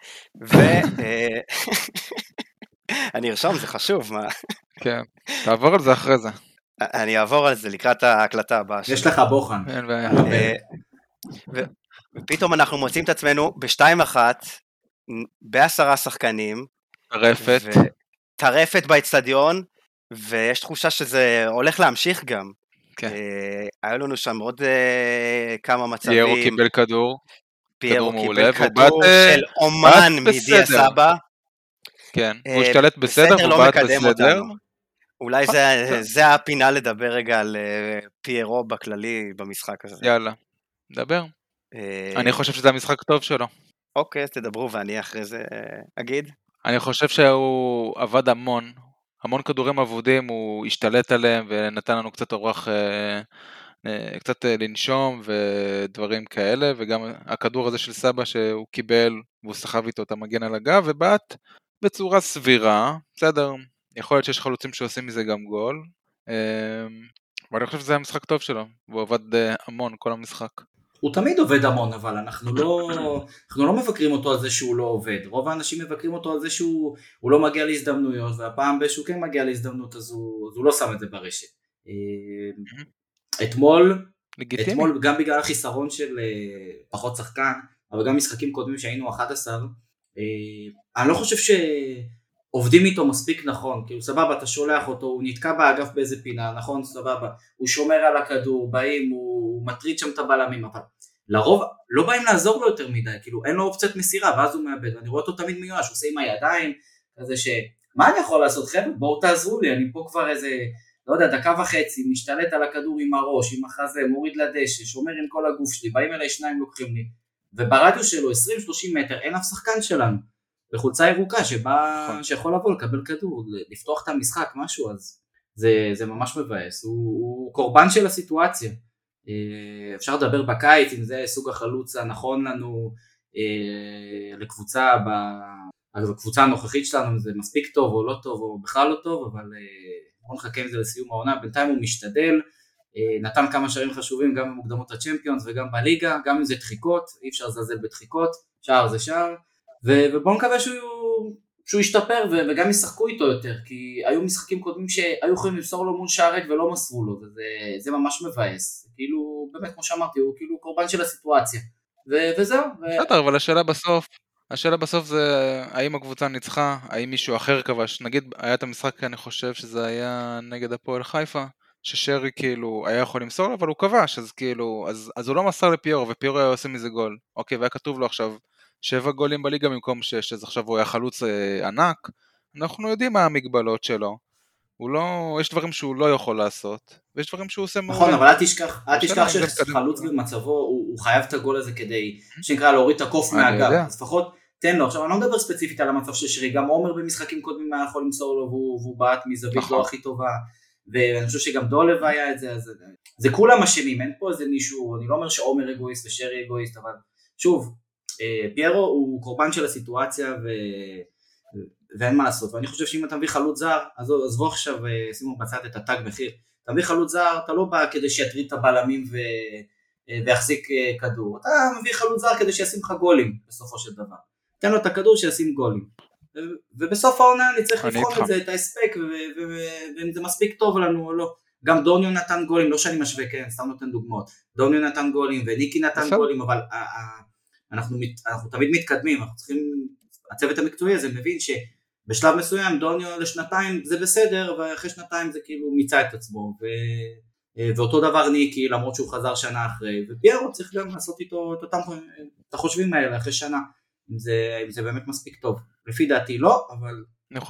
אני ארשום, זה חשוב, מה? כן, תעבור על זה אחרי זה. אני אעבור על זה לקראת ההקלטה הבאה. יש לך בוחן. ופתאום אנחנו מוצאים את עצמנו ב2-1, ב10 שחקנים. טרפת באצטדיון, ויש תחושה שזה הולך להמשיך גם. היה לנו שם עוד כמה מצבים. פיירו קיבל כדור. פיירו קיבל כדור של אומן מדיה סבא. כן, הוא השתלט בסדר, הוא בעט בסדר. אולי זה הפינה לדבר רגע על פיירו בכללי במשחק הזה. יאללה, דבר. אני חושב שזה המשחק טוב שלו. אוקיי, אז תדברו ואני אחרי זה אגיד. אני חושב שהוא עבד המון כדורים עבודים, הוא השתלט עליהם ונתן לנו קצת אורח, קצת לנשום ודברים כאלה, וגם הכדור הזה של סבא שהוא קיבל, והוא סחב איתו את המגן על הגב, ובעט בצורה סבירה, בסדר, יכול להיות שיש חלוצים שעושים מזה גם גול, ואני חושב שזה המשחק טוב שלו, והוא עבד המון כל המשחק. הוא תמיד עובד המון, אבל אנחנו לא מבקרים אותו על זה שהוא לא עובד. רוב האנשים מבקרים אותו על זה שהוא לא מגיע להזדמנויות, והפעם שהוא כן מגיע להזדמנות, אז הוא לא שם את זה ברשת. אתמול, גם בגלל החיסרון של פחות שחקן, אבל גם משחקים קודמים שהיינו 11, אני לא חושב שעובדים איתו מספיק נכון, כאילו סבבה, אתה שולח אותו, הוא נתקע באגף באיזה פינה, נכון, סבבה, הוא שומר על הכדור, באים, הוא מטריד שם את הבלמים, אבל לרוב לא באים לעזור לו יותר מדי, כאילו אין לו אופציית מסירה, ואז הוא מאבד, ואני רואה אותו תמיד מיואש, הוא עושה עם הידיים, כזה מה אני יכול לעשות, חבר'ה, בואו תעזרו לי, אני פה כבר איזה, לא יודע, דקה וחצי, משתלט על הכדור עם הראש, עם החזה, מוריד לדשא, שומר עם כל הגוף שלי, באים אליי שניים לוקחים לי, וברדיו שלו 20-30 מטר אין אף שחקן שלנו, בחולצה ירוקה שיכול לבוא לקבל כדור, לפתוח את המשחק, משהו, אז זה ממש מבאס, הוא קורבן של הסיטואציה, אפשר לדבר בקיץ אם זה סוג החלוץ הנכון לנו לקבוצה, הקבוצה הנוכחית שלנו זה מספיק טוב או לא טוב או בכלל לא טוב, אבל בוא נחכה עם זה לסיום העונה, בינתיים הוא משתדל, נתן כמה שערים חשובים גם במוקדמות הצ'מפיונס וגם בליגה, גם אם זה דחיקות, אי אפשר לזלזל בדחיקות, שער זה שער, ובואו נקווה שהוא ישתפר וגם ישחקו איתו יותר, כי היו משחקים קודמים שהיו יכולים למסור לו מול שער ריק ולא מסרו לו, וזה ממש מבאס, כאילו באמת כמו שאמרתי, הוא כאילו קורבן של הסיטואציה, וזהו. בסדר, אבל השאלה בסוף זה האם הקבוצה ניצחה, האם מישהו אחר כבש, נגיד היה את המשחק, אני חושב שזה היה נגד הפועל חיפה, ששרי כאילו היה יכול למסור לו, אבל הוא כבש, אז כאילו, אז הוא לא מסר לפיירו, ופיירו היה עושה מזה גול, אוקיי, והיה כתוב לו עכשיו 7 גולים בליגה במקום 6, אז עכשיו הוא היה חלוץ ענק, אנחנו יודעים מה המגבלות שלו, יש דברים שהוא לא יכול לעשות, ויש דברים שהוא עושה מעולה. נכון, אבל אל תשכח שחלוץ במצבו, הוא חייב את הגול הזה כדי, שנקרא להוריד את הקוף מהגב, אז לפחות תן לו. עכשיו אני לא מדבר ספציפית על המצב של שרי, גם עומר במשחקים קודמים היה יכול למסור לו, והוא בעט מזווית לא הכי טובה, ואני חושב שגם דולב היה את זה, אז זה כולם אשמים, אין פה איזה מישהו, אני לא אומר שעומר אגואיסט ושרי אגואיסט, אבל שוב, פיירו הוא קורבן של הסיטואציה ואין מה לעשות, ואני חושב שאם אתה מביא חלוץ זר, אז עזבו עכשיו, שימו בצד את התג מחיר, אתה מביא חלוץ זר, אתה לא בא כדי שיטריד את הבלמים ויחזיק כדור, אתה מביא חלוץ זר כדי שישים לך גולים בסופו של דבר, תן לו את הכדור שישים גולים, ובסוף העונה אני צריך לבחון את זה, את ההספק, ואם זה מספיק טוב לנו או לא. גם דוניו נתן גולים, לא שאני משווה, כן, סתם נותן דוגמאות, דוניו נתן גולים וניקי נתן גולים, אבל אנחנו תמיד מתקדמים, אנחנו צריכים, הצוות המקצועי הזה מבין שבשלב מסוים דוניו לשנתיים זה בסדר, ואחרי שנתיים זה כאילו מיצה את עצמו, ואותו דבר ניקי, למרות שהוא חזר שנה אחרי, ופיירו צריך גם לעשות איתו את אותם החושבים האלה אחרי שנה, אם זה באמת מספיק טוב. לפי דעתי לא, אבל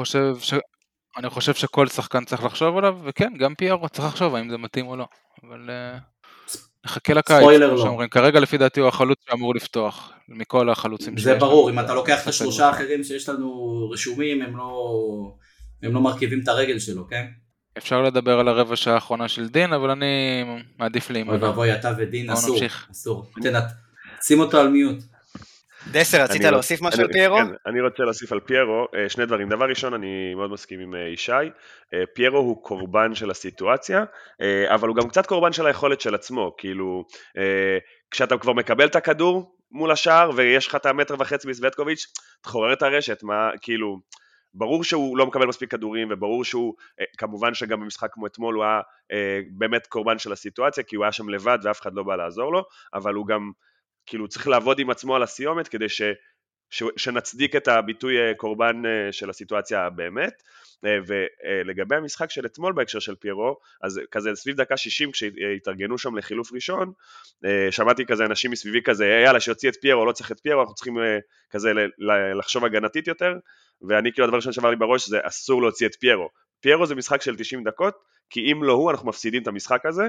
אני חושב שכל שחקן צריך לחשוב עליו, וכן, גם פיירו צריך לחשוב האם זה מתאים או לא, אבל נחכה לקיץ, ספוילר לא. כרגע לפי דעתי הוא החלוץ שאמור לפתוח, מכל החלוצים זה ברור, אם אתה לוקח את השלושה האחרים שיש לנו רשומים, הם לא מרכיבים את הרגל שלו, כן? אפשר לדבר על הרבע שעה האחרונה של דין, אבל אני מעדיף להימנע. אוי, אתה ודין, אסור. שים אותו על מיוט. דסר, רצית להוסיף משהו על פיירו? כן, אני רוצה להוסיף על פיירו שני דברים. דבר ראשון, אני מאוד מסכים עם ישי, פיירו הוא קורבן של הסיטואציה, אבל הוא גם קצת קורבן של היכולת של עצמו, כאילו, כשאתה כבר מקבל את הכדור מול השער, ויש לך את המטר וחצי מסווטקוביץ', תחורר את הרשת, כאילו, ברור שהוא לא מקבל מספיק כדורים, וברור שהוא, כמובן שגם במשחק כמו אתמול, הוא היה באמת קורבן של הסיטואציה, כי הוא היה שם לבד, ואף אחד לא בא לעזור לו, אבל הוא גם כאילו צריך לעבוד עם עצמו על הסיומת כדי שנצדיק את הביטוי קורבן של הסיטואציה באמת. ולגבי המשחק של אתמול בהקשר של פיירו, אז כזה סביב דקה 60 כשהתארגנו שם לחילוף ראשון, שמעתי כזה אנשים מסביבי כזה, יאללה שיוציא את פיירו, לא צריך את פיירו, אנחנו צריכים כזה לחשוב הגנתית יותר, ואני כאילו הדבר ראשון שעבר לי בראש זה אסור להוציא את פיירו. פיירו זה משחק של 90 דקות, כי אם לא הוא אנחנו מפסידים את המשחק הזה,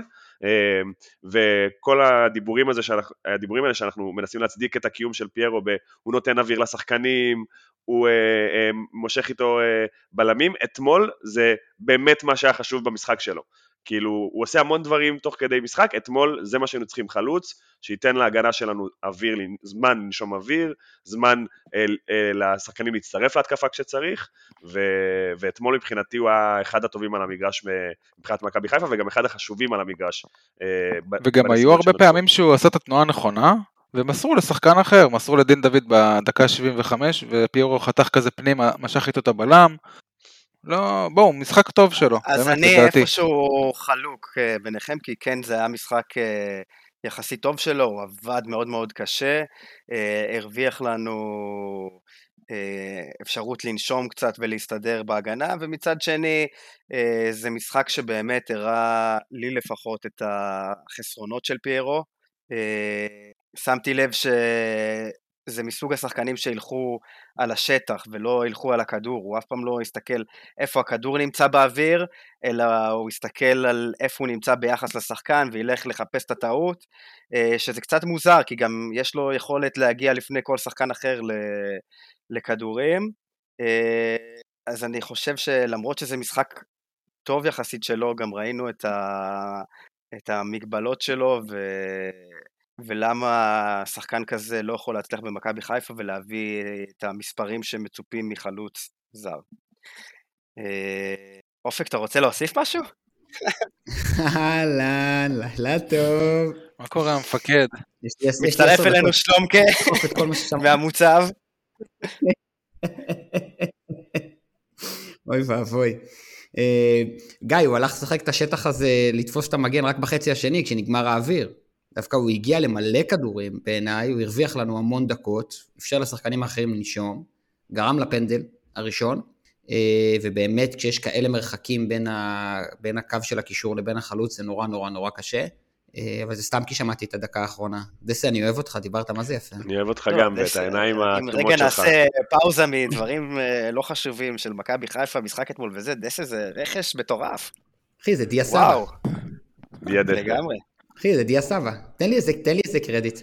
וכל הדיבורים האלה שאנחנו מנסים להצדיק את הקיום של פיירו, הוא נותן אוויר לשחקנים, הוא מושך איתו בלמים, אתמול זה באמת מה שהיה חשוב במשחק שלו, כאילו הוא עושה המון דברים תוך כדי משחק, אתמול זה מה שהיינו צריכים, חלוץ שייתן להגנה שלנו אוויר, זמן לנשום אוויר, זמן לשחקנים להצטרף להתקפה כשצריך, ואתמול מבחינתי הוא היה אחד הטובים על המגרש מבחינת מכבי חיפה, וגם אחד החשובים על המגרש. וגם היו הרבה פעמים שהוא עשה את התנועה הנכונה, ומסרו לשחקן אחר, מסרו לדין דוד בדקה 75, ופיירו חתך כזה פנימה, משך איתו את הבלם, לא, בואו, משחק טוב שלו. אז אני איפשהו חלוק ביניכם, כי כן זה היה משחק יחסית טוב שלו, הוא עבד מאוד מאוד קשה, הרוויח לנו אפשרות לנשום קצת ולהסתדר בהגנה, ומצד שני זה משחק שבאמת הראה לי לפחות את החסרונות של פיירו, שמתי לב שזה מסוג השחקנים שילכו על השטח ולא ילכו על הכדור, הוא אף פעם לא יסתכל איפה הכדור נמצא באוויר, אלא הוא יסתכל על איפה הוא נמצא ביחס לשחקן וילך לחפש את הטעות, שזה קצת מוזר, כי גם יש לו יכולת להגיע לפני כל שחקן אחר לכדורים, אז אני חושב שלמרות שזה משחק טוב יחסית שלו, גם ראינו את המגבלות שלו, ולמה שחקן כזה לא יכול להצליח במכבי חיפה ולהביא את המספרים שמצופים מחלוץ זר. אופק, אתה רוצה להוסיף משהו? אהלן, לילה טוב. מה קורה המפקד? מצטרף אלינו שלומקה והמוצב. אוי ואבוי. גיא, הוא הלך לשחק את השטח הזה, לתפוס את המגן רק בחצי השני, כשנגמר האוויר. דווקא הוא הגיע למלא כדורים בעיניי, הוא הרוויח לנו המון דקות, אפשר לשחקנים האחרים לנשום, גרם לפנדל הראשון, ובאמת כשיש כאלה מרחקים בין הקו של הקישור לבין החלוץ, זה נורא נורא נורא קשה. אבל זה סתם כי שמעתי את הדקה האחרונה. דסי, אני אוהב אותך, דיברת מה זה יפה. אני אוהב אותך גם, ואת העיניים אם הכתומות רגע שלך. נעשה פאוזה מדברים לא חשובים של מכבי חיפה, משחק אתמול וזה, דסי זה רכש מטורף. אחי, זה דיה סבא. וואו, בידך. לגמרי. אחי, זה דיה סבא. תן לי איזה קרדיט.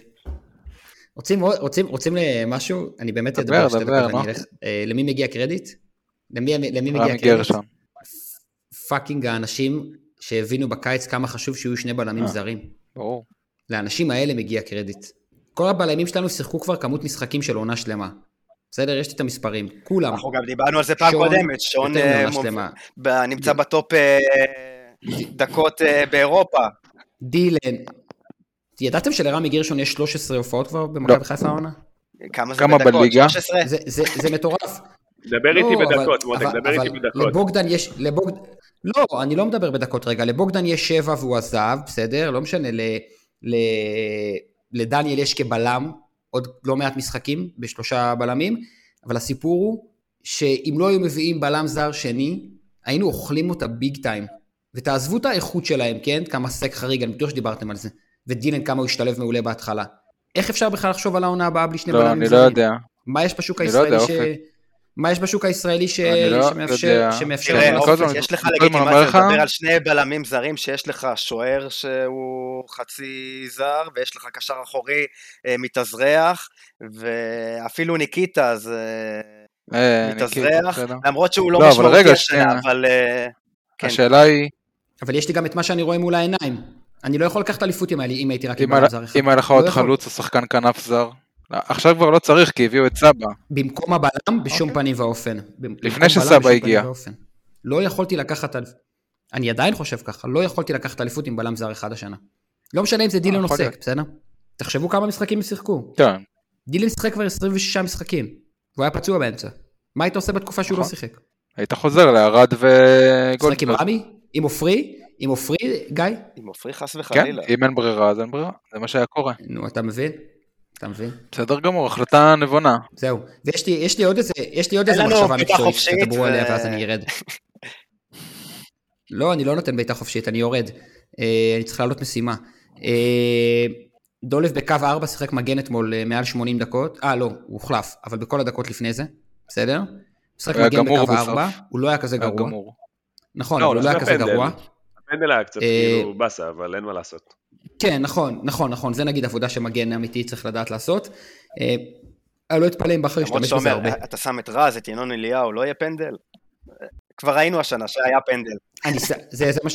רוצים למשהו? אני באמת אדבר שתי דקות, אני אלך. למי מגיע קרדיט? למי מגיע קרדיט? גרשון. פאקינג האנשים שהבינו בקיץ כמה חשוב שיהיו שני בלמים זרים. ברור. לאנשים האלה מגיע קרדיט. כל הבלמים שלנו שיחקו כבר כמות משחקים של עונה שלמה. בסדר, יש לי את המספרים. כולם. אנחנו גם דיברנו על זה פעם קודמת, שון נמצא בטופ דקות באירופה. דילן. ידעתם שלרמי גרשון יש 13 הופעות כבר במכבי חיפה העונה? כמה בליגה? זה מטורף. דבר איתי בדקות, מותק, דבר איתי בדקות. לבוגדן יש, לא, אני לא מדבר בדקות רגע, לבוגדן יש 7 והוא עזב, בסדר, לא משנה, לדניאל יש כבלם, עוד לא מעט משחקים, בשלושה בלמים, אבל הסיפור הוא, שאם לא היו מביאים בלם זר שני, היינו אוכלים אותה ביג טיים, ותעזבו את האיכות שלהם, כן? כמה סק חריג, אני בטוח שדיברתם על זה, ודילן כמה הוא השתלב מעולה בהתחלה. איך אפשר בכלל לחשוב על העונה הבאה בלי שני בלמים זרים? לא, אני לא יודע. מה יש בשוק הישראלי מה יש בשוק הישראלי שמאפשר? תראה, אופן, יש לך לגיטימציה לדבר על שני בלמים זרים, שיש לך שוער שהוא חצי זר, ויש לך קשר אחורי מתאזרח, ואפילו ניקיטה זה מתאזרח, למרות שהוא לא משמעותי השנה, אבל... השאלה היא... אבל יש לי גם את מה שאני רואה מול העיניים. אני לא יכול לקחת אליפות אם הייתי רק עם בלם זר אחד. אם היה לך עוד חלוץ או שחקן כנף זר? עכשיו כבר לא צריך, כי הביאו את סבא. במקום הבלם, בשום פנים ואופן. לפני שסבא הגיע. לא יכולתי לקחת, אני עדיין חושב ככה, לא יכולתי לקחת אליפות עם בלם זר אחד השנה. לא משנה אם זה דילן עוסק, בסדר? תחשבו כמה משחקים הם שיחקו. כן. דילן שיחק כבר 26 משחקים, והוא היה פצוע באמצע. מה היית עושה בתקופה שהוא לא שיחק? היית חוזר לארד וגולדברג. שיחק עם רמי? עם עופרי? עם עופרי, גיא? עם עופרי חס וחלילה. כן, אם אין ברירה, אז אין ברירה. זה מה שהיה קורה. נו, אתה מבין? אתה מבין? בסדר גמור, החלטה נבונה. זהו. ויש לי עוד איזה מחשבה מקצועית שתדברו עליה ואז אני ירד. לא, אני לא נותן בעיטה חופשית, אני יורד. אני צריך לעלות משימה. דולב בקו 4 שיחק מגן אתמול מעל 80 דקות. לא, הוא הוחלף, אבל בכל הדקות לפני זה. בסדר? שיחק מגן בקו 4, הוא לא היה כזה גרוע. נכון, אבל הוא לא היה כזה גרוע. הפנדל היה קצת כאילו בסה, אבל אין מה לעשות. כן, נכון, זה נגיד עבודה שמגן אמיתי צריך לדעת לעשות. אני לא אתפלא אם בכר ישתמש בזה הרבה. אתה שם את רז, את ינון אליהו, לא יהיה פנדל? כבר ראינו השנה שהיה פנדל. זה מש...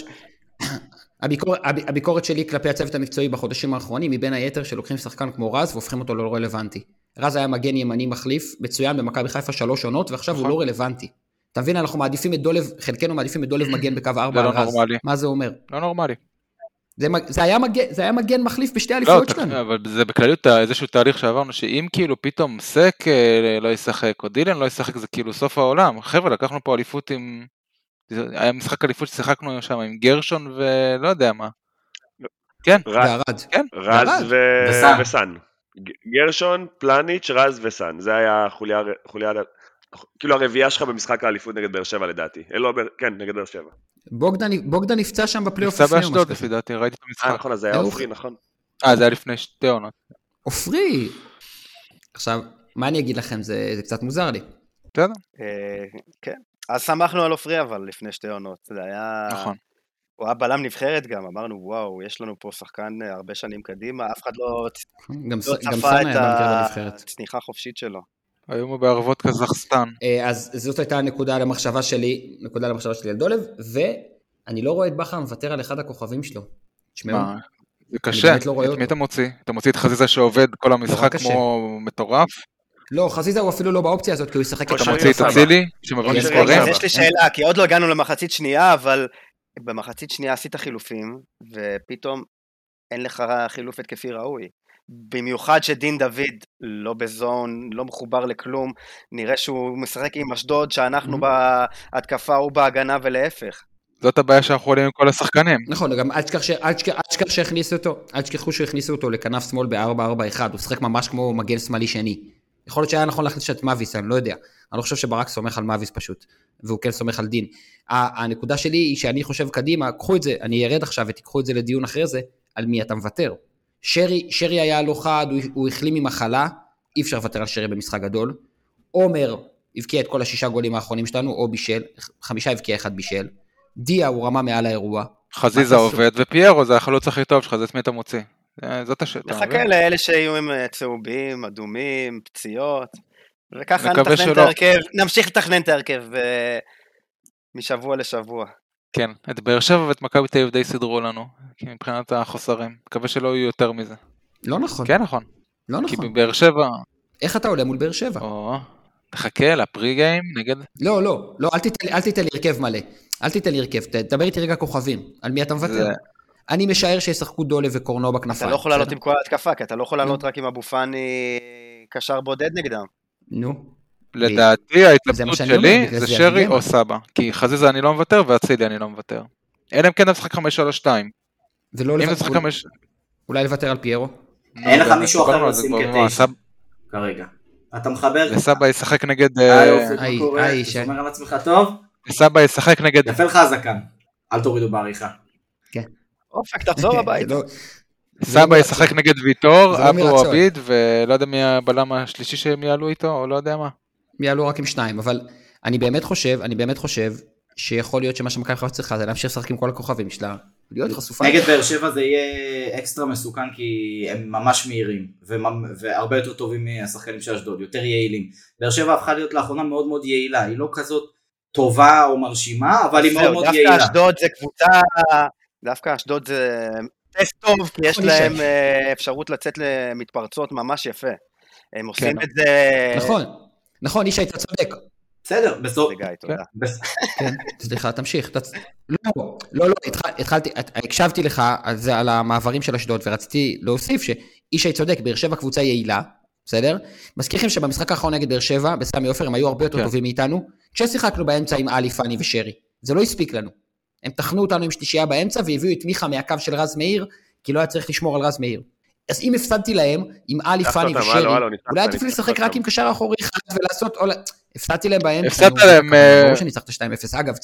הביקורת שלי כלפי הצוות המקצועי בחודשים האחרונים, מבין היתר שלוקחים שחקן כמו רז והופכים אותו לא רלוונטי. רז היה מגן ימני מחליף, מצוין במכבי חיפה 3 עונות, ועכשיו הוא לא רלוונטי. אתה מבין, אנחנו מעדיפים את דולב, חלקנו מעדיפים את דולב מגן בקו 4 על רז. מה זה אומר? לא נורמלי. זה היה מגן מחליף בשתי אליפויות שלנו. לא, אבל זה בכלליות איזשהו תהליך שעברנו, שאם כאילו פתאום סק לא ישחק, או דילן לא ישחק, זה כאילו סוף העולם. חבר'ה, לקחנו פה אליפות עם... היה משחק אליפות ששיחקנו שם עם גרשון ולא יודע מה. כן. וערד. כן. רז וסן. גרשון, פלניץ', רז וסן. זה היה חוליה... כאילו הרביעייה שלך במשחק האליפות נגד באר שבע לדעתי. כן, נגד באר שבע. בוגדן נפצע שם בפלייאוף לפני. נפצע באשדוד לפי דעתי, ראיתי את המשחק. נכון, אז זה היה אופרי, נכון. זה היה לפני 2 עונות. אופרי! עכשיו, מה אני אגיד לכם? זה קצת מוזר לי. בסדר. כן. אז שמחנו על אופרי אבל לפני 2 עונות. זה היה... נכון. הוא היה בלם נבחרת גם, אמרנו וואו, יש לנו פה שחקן הרבה שנים קדימה, אף אחד לא צפה את הצניחה החופשית שלו. היום הוא בערבות קזחסטן. אז זאת הייתה הנקודה למחשבה שלי על דולב, ואני לא רואה את בכר מוותר על אחד הכוכבים שלו. תשמעו. זה קשה, את מי אתה מוציא? אתה מוציא את חזיזה שעובד כל המשחק כמו מטורף? לא, חזיזה הוא אפילו לא באופציה הזאת, כי הוא ישחק את אתה מוציא את אצילי, שמבין ספרים? יש לי שאלה, כי עוד לא הגענו למחצית שנייה, אבל במחצית שנייה עשית חילופים, ופתאום אין לך חילוף התקפי ראוי. במיוחד שדין דוד לא בזון, לא מחובר לכלום, נראה שהוא משחק עם אשדוד, שאנחנו בהתקפה הוא בהגנה ולהפך. זאת הבעיה שאנחנו עולים עם כל השחקנים. נכון, גם אל תשכחו שהכניסו אותו לכנף שמאל ב-4-4-1, הוא שחק ממש כמו מגן שמאלי שני. יכול להיות שהיה נכון להכניס את מאביס, אני לא יודע. אני לא חושב שברק סומך על מאביס פשוט, והוא כן סומך על דין. הנקודה שלי היא שאני חושב קדימה, קחו את זה, אני ארד עכשיו ותיקחו את זה לדיון אחרי זה, על מי אתה מוותר. שרי היה לא חד, הוא החלים ממחלה, אי אפשר לוותר על שרי במשחק גדול. עומר הבקיע את כל 6 גולים האחרונים שלנו, או בישל, 5 הבקיע 1 בישל. דיה הוא רמה מעל האירוע. חזיזה עובד, ופיירו זה החלוץ הכי טוב שלך, זה את מי אתה מוציא. זאת השאלה. נחכה לאלה שיהיו עם צהובים, אדומים, פציעות, וככה נמשיך לתכנן את ההרכב משבוע לשבוע. כן, את באר שבע ואת מכבי תל אביב די סידרו לנו, מבחינת החוסרים. מקווה שלא יהיו יותר מזה. לא נכון. כן, נכון. לא נכון. כי בבאר שבע... איך אתה עולה מול באר שבע? תחכה לפרי גיים נגד... לא, אל תיתן לי הרכב מלא. אל תיתן לי הרכב, תדבר איתי רגע כוכבים. על מי אתה מוותר? אני משער שישחקו דולה וקורנו בכנפיים. אתה לא יכול לעלות עם כל ההתקפה, כי אתה לא יכול לעלות רק עם אבו פאני קשר בודד נגדם. נו. לדעתי ההתלבטות שלי זה שרי או סבא. כי חזיזה אני לא מוותר ואצילי אני לא מוותר. אלא אם כן נשחק 5-3-2. ולא לוותר. אולי לוותר על פיירו? אין לך מישהו אחר לשים כ9 כרגע. אתה מחבר? וסבא ישחק נגד... אתה שומר על עצמך טוב? וסבא ישחק נגד... יפה לך הזקן. אל תורידו בעריכה. כן. אופק, תחזור הביתה. סבא ישחק נגד ויטור, אבו עביד, ולא יודע מי הבלם השלישי שהם יעלו איתו, או לא יודע מה. יעלו רק עם 2, אבל אני באמת חושב שיכול להיות שמה שמכבי חיפה צריכה זה להמשיך לשחק עם כל הכוכבים שלה, להיות חשופה. נגד באר שבע זה יהיה אקסטרה מסוכן, כי הם ממש מהירים, והרבה יותר טובים מהשחקנים של אשדוד, יותר יעילים. באר שבע הפכה להיות לאחרונה מאוד מאוד יעילה, היא לא כזאת טובה או מרשימה, אבל היא מאוד מאוד יעילה. דווקא אשדוד זה קבוצה, דווקא אשדוד זה טסט טוב, כי יש להם אפשרות לצאת למתפרצות ממש יפה. הם עושים את זה... נכון, אישה אתה צודק. בסדר, בסוף. זה גיא, תודה. כן, סליחה, תמשיך. לא, התחלתי, הקשבתי לך על המעברים של אשדוד, ורציתי להוסיף שאישה צודק, באר שבע קבוצה יעילה, בסדר? מזכירכם שבמשחק האחרון נגד באר שבע, בסמי עופר, הם היו הרבה יותר טובים מאיתנו, כששיחקנו באמצע עם אלי, פני ושרי. זה לא הספיק לנו. הם תכנו אותנו עם שלישייה באמצע, והביאו את מיכה מהקו של רז מאיר, כי לא היה צריך לשמור על רז מאיר. אז אם הפסדתי להם, עם אלי, פני ושרי, אולי עדיף לשחק רק עם קשר אחורי אחד ולעשות, הפסדתי להם באמצע. הפסדת להם... בראש אני צריך את 2-0. אגב,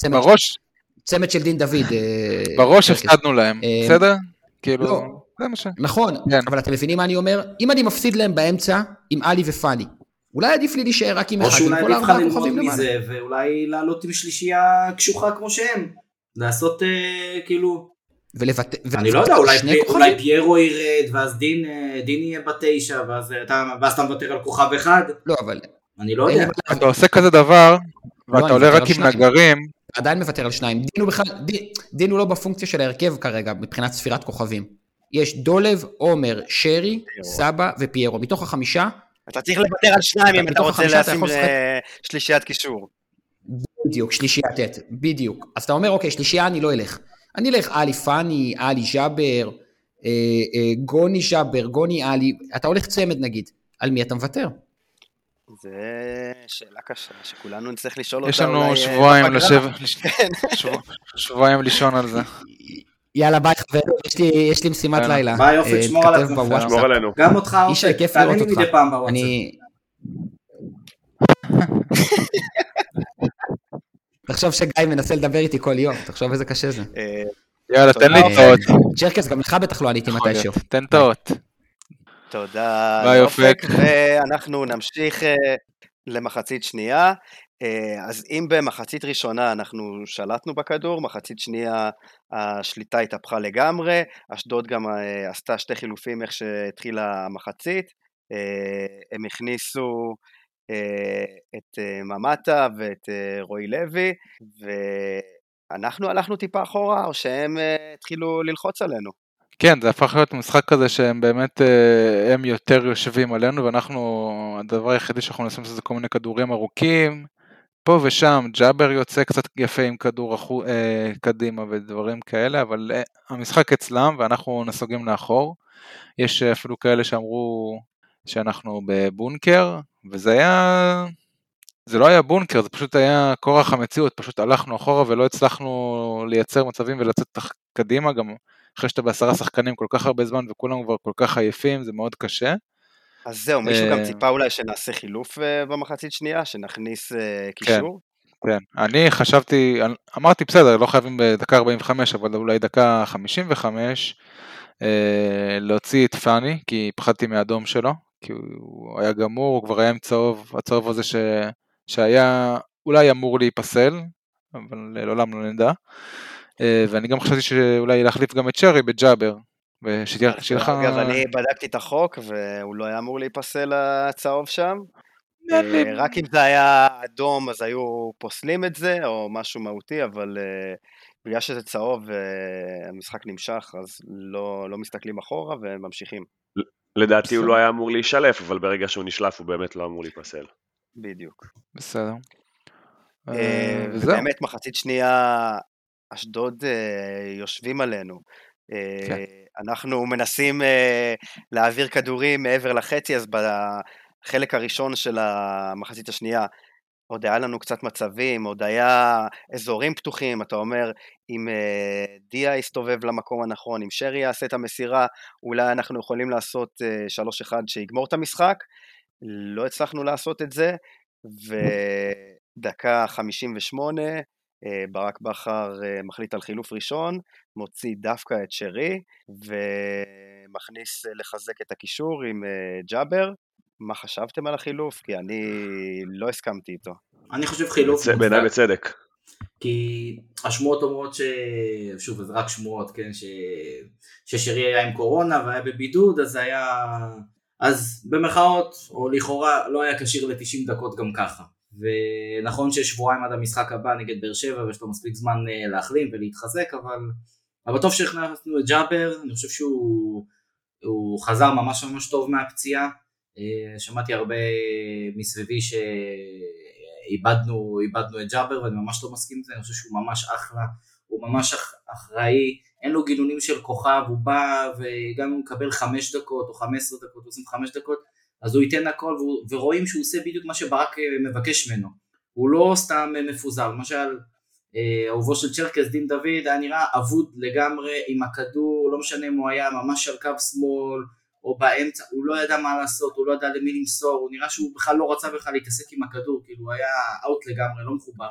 צמד של דין דוד. בראש הפסדנו להם, בסדר? כאילו, זה מה ש... נכון, אבל אתם מבינים מה אני אומר? אם אני מפסיד להם באמצע, עם אלי ופני, אולי עדיף לי להישאר רק עם אחד, עם כל 4 כוכבים למעלה. מזה, ואולי לעלות עם שלישייה קשוחה כמו שהם. לעשות כאילו... אני לא יודע, אולי פיירו ירד, ואז דין יהיה ב9, ואז אתה מוותר על כוכב אחד. לא, אבל... אני לא יודע. אתה עושה כזה דבר, ואתה עולה רק עם נגרים. עדיין מוותר על 2. דין הוא לא בפונקציה של ההרכב כרגע, מבחינת ספירת כוכבים. יש דולב, עומר, שרי, סבא ופיירו. מתוך 5... אתה צריך לוותר על 2 אם אתה רוצה לשים שלישיית קישור. בדיוק, שלישיית ט', בדיוק. אז אתה אומר, אוקיי, שלישייה אני לא אלך. אני אלך אלי פני, אלי ז'אבר, גוני ז'אבר, גוני אלי, אתה הולך צמד נגיד, על מי אתה מוותר? זה שאלה קשה, שכולנו נצטרך לשאול אותה. יש לנו שבועיים לישון על זה. יאללה ביי חבר, יש לי משימת לילה. ביי אופק, שמור על עצמך. שמור עלינו. גם אותך אופק, תעלה לי מדי פעם בוואטסאפ. תחשוב שגיא מנסה לדבר איתי כל יום, תחשוב איזה קשה זה. יאללה, תן לי טעות. צ'רקס, גם לך בטח לא עניתי מתישהו. תן טעות. תודה. ביי אופק. ואנחנו נמשיך למחצית שנייה. אז אם במחצית ראשונה אנחנו שלטנו בכדור, מחצית שנייה השליטה התהפכה לגמרי, אשדוד גם עשתה 2 חילופים איך שהתחילה המחצית, הם הכניסו את ממטה ואת רועי לוי, ואנחנו הלכנו טיפה אחורה, או שהם התחילו ללחוץ עלינו. כן, זה הפך להיות משחק כזה שהם באמת, הם יותר יושבים עלינו, ואנחנו, הדבר היחידי שאנחנו נשים זה כל מיני כדורים ארוכים, פה ושם, ג'אבר יוצא קצת יפה עם כדור קדימה ודברים כאלה, אבל המשחק אצלם, ואנחנו נסוגים לאחור. יש אפילו כאלה שאמרו שאנחנו בבונקר, וזה לא היה בונקר, זה פשוט היה כורח המציאות, פשוט הלכנו אחורה ולא הצלחנו לייצר מצבים ולצאת קדימה, גם אחרי שאתה ב10 שחקנים כל כך הרבה זמן וכולם כבר כל כך עייפים, זה מאוד קשה. אז זהו, מישהו גם ציפה אולי שנעשה חילוף במחצית שנייה, שנכניס קישור? כן, אני חשבתי, אמרתי בסדר, לא חייבים בדקה 45, אבל אולי דקה 55, להוציא את פאני, כי פחדתי מהאדום שלו, כי הוא היה גמור, הוא כבר היה עם צהוב, הצהוב הזה שהיה אולי אמור להיפסל, אבל לעולם לא נדע, ואני גם חשבתי שאולי להחליף גם את שרי בג'אבר. אגב, אני בדקתי את החוק, והוא לא היה אמור להיפסל הצהוב שם, רק אם זה היה אדום, אז היו פוסלים את זה, או משהו מהותי, אבל בגלל שזה צהוב והמשחק נמשך, אז לא מסתכלים אחורה וממשיכים. לדעתי הוא לא היה אמור להישלף, אבל ברגע שהוא נשלף הוא באמת לא אמור להיפסל. בדיוק. בסדר. ובאמת מחצית שנייה, אשדוד יושבים עלינו. אנחנו מנסים להעביר כדורים מעבר לחצי, אז בחלק הראשון של המחצית השנייה, עוד היה לנו קצת מצבים, עוד היה אזורים פתוחים, אתה אומר, אם דיה יסתובב למקום הנכון, אם שרי יעשה את המסירה, אולי אנחנו יכולים לעשות 3-1 שיגמור את המשחק, לא הצלחנו לעשות את זה, ודקה 58, ברק בכר מחליט על חילוף ראשון, מוציא דווקא את שרי, ומכניס לחזק את הקישור עם ג'אבר. מה חשבתם על החילוף? כי אני לא הסכמתי איתו. אני חושב חילוף בעיניי בצדק. כי השמועות אומרות שוב, זה רק שמועות, כן, ששרי היה עם קורונה והיה בבידוד, אז היה, אז במחאות, או לכאורה, לא היה קשיר ל-90 דקות גם ככה. ונכון ששבועיים עד המשחק הבא נגד באר שבע, ויש לו מספיק זמן להחלים ולהתחזק, אבל טוב שהכנסנו את ג'אבר, אני חושב שהוא חזר ממש ממש טוב מהפציעה, שמעתי הרבה מסביבי שאיבדנו את ג'אבר, ואני ממש לא מסכים עם זה, אני חושב שהוא ממש אחלה, הוא ממש אחראי, אין לו גינונים של כוכב, הוא בא וגם הוא מקבל 5 דקות או 15 דקות או 25 דקות, אז הוא ייתן הכל, ורואים שהוא עושה בדיוק מה שברק מבקש ממנו, הוא לא סתם מפוזר, למשל, אהובו של צ'רקס, דין דוד, היה נראה אבוד לגמרי עם הכדור, לא משנה אם הוא היה ממש על קו שמאל, או באמצע, הוא לא ידע מה לעשות, הוא לא ידע למי למסור, הוא נראה שהוא בכלל לא רצה בכלל להתעסק עם הכדור, כאילו הוא היה אאוט לגמרי, לא מחובר.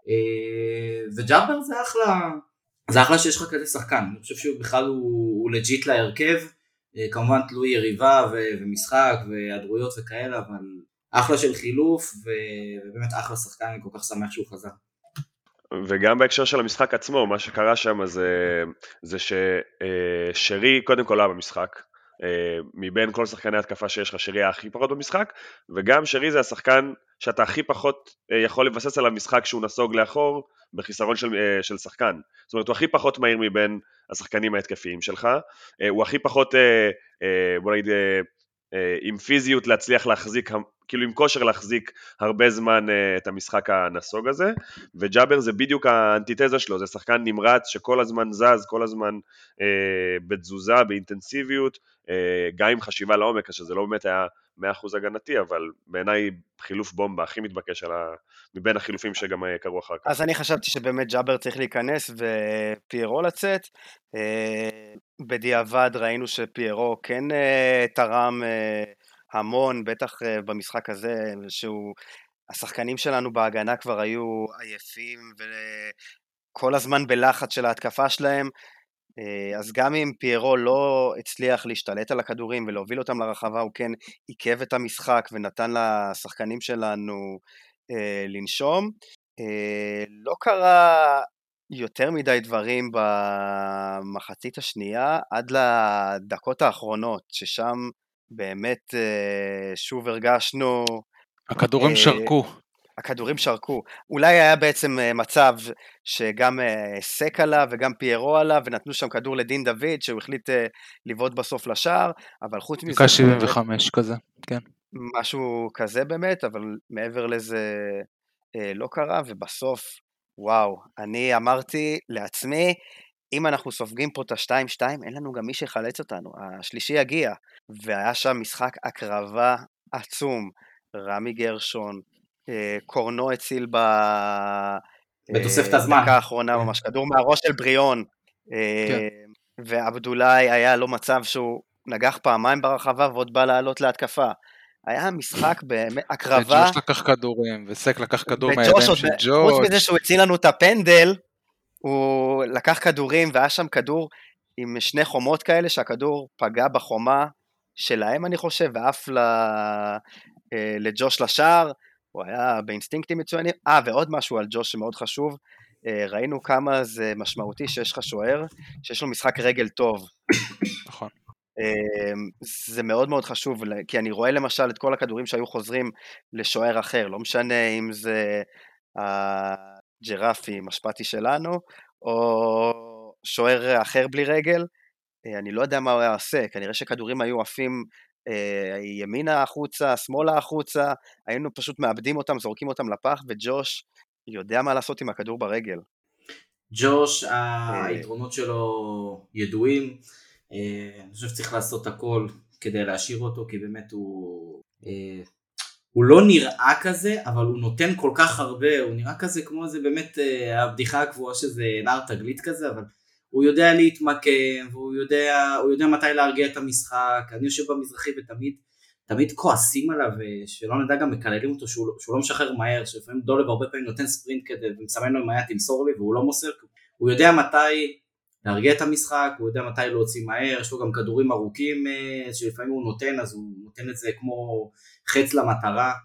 וג'אבר זה אחלה שיש לך כזה שחקן, אני חושב שהוא בכלל הוא לג'יט להרכב, כמובן תלוי יריבה ומשחק והדרויות וכאלה, אבל אחלה של חילוף, ובאמת אחלה שחקן, אני כל כך שמח שהוא חזר. וגם בהקשר של המשחק עצמו, מה שקרה שם זה ששרי קודם כל היה במשחק, מבין כל שחקני התקפה שיש לך, שרי היה הכי פחות במשחק, וגם שרי זה השחקן שאתה הכי פחות יכול לבסס עליו משחק שהוא נסוג לאחור, בחיסרון של שחקן. זאת אומרת, הוא הכי פחות מהיר מבין השחקנים ההתקפיים שלך, הוא הכי פחות, בוא נגיד, עם פיזיות להצליח להחזיק, כאילו עם כושר להחזיק הרבה זמן את המשחק הנסוג הזה, וג'אבר זה בדיוק האנטיתזה שלו, זה שחקן נמרץ שכל הזמן זז, כל הזמן בתזוזה, באינטנסיביות, גם עם חשיבה לעומק, שזה לא באמת היה 100% הגנתי, אבל בעיניי חילוף בומבה הכי מתבקש מבין החילופים שגם קרו אחר כך. אז אני חשבתי שבאמת ג'אבר צריך להיכנס ופיירו לצאת, בדיעבד ראינו שפיירו כן תרם המון, בטח במשחק הזה, השחקנים שלנו בהגנה כבר היו עייפים וכל הזמן בלחץ של ההתקפה שלהם, אז גם אם פיירו לא הצליח להשתלט על הכדורים ולהוביל אותם לרחבה, הוא כן עיכב את המשחק ונתן לשחקנים שלנו לנשום. לא קרה יותר מדי דברים במחצית השנייה, עד לדקות האחרונות, ששם באמת שוב הרגשנו... הכדורים שרקו. אולי היה בעצם מצב שגם סק עלה וגם פיירו עלה, ונתנו שם כדור לדין דוד, שהוא החליט לבעוט בסוף לשער, אבל חוץ מזה... 75 כזה, כן. משהו כזה באמת, אבל מעבר לזה לא קרה, ובסוף, וואו, אני אמרתי לעצמי, אם אנחנו סופגים פה את ה-2-2, אין לנו גם מי שיחלץ אותנו, השלישי יגיע, והיה שם משחק הקרבה עצום, רמי גרשון, קורנו הציל בתוספת הזמן. בדקה האחרונה ממש, כדור מהראש של בריאון, ועבדולאי היה לו מצב שהוא נגח פעמיים ברחבה, ועוד בא לעלות להתקפה. היה משחק בהקרבה. וג'וש לקח כדורים, וסק לקח כדור מהידיים של ג'וש. חוץ מזה שהוא הציל לנו את הפנדל, הוא לקח כדורים, והיה שם כדור עם שני חומות כאלה שהכדור פגע בחומה שלהם אני חושב, ואף לג'וש לשער, הוא היה באינסטינקטים מצוינים. ועוד משהו על ג'וש שמאוד חשוב, ראינו כמה זה משמעותי שיש לך שוער, שיש לו משחק רגל טוב. נכון. זה מאוד מאוד חשוב, כי אני רואה למשל את כל הכדורים שהיו חוזרים לשוער אחר, לא משנה אם זה הג'רפי, משפטי שלנו, או שוער אחר בלי רגל, אני לא יודע מה הוא יעשה, כנראה שכדורים היו עפים ימינה החוצה, שמאלה החוצה, היינו פשוט מאבדים אותם, זורקים אותם לפח, וג'וש יודע מה לעשות עם הכדור ברגל. ג'וש, היתרונות שלו ידועים, אני חושב שצריך לעשות הכל כדי להשאיר אותו, כי באמת הוא לא נראה כזה, אבל הוא נותן כל כך הרבה, הוא נראה כזה כמו זה באמת הבדיחה הקבועה שזה נער תגלית כזה, אבל הוא יודע להתמקם, והוא יודע מתי להרגיע את המשחק. אני יושב במזרחי ותמיד כועסים עליו, שלא נדע גם מקללים אותו שהוא לא משחרר מהר, שלפעמים דולב הרבה פעמים נותן ספרינט כדי, ומסמן לו אם היה תמסור לי, והוא לא מוסר, הוא יודע מתי להרגיע את המשחק, הוא יודע מתי להוציא מהר, יש לו גם כדורים ארוכים שלפעמים הוא נותן, אז הוא נותן את זה כמו חץ למטרה.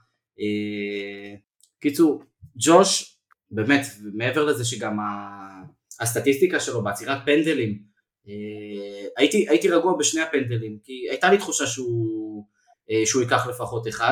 קיצור, ג'וש, באמת, מעבר לזה שגם הסטטיסטיקה שלו בעצירת פנדלים, הייתי רגוע בשני הפנדלים, כי הייתה לי תחושה שהוא ייקח לפחות אחד,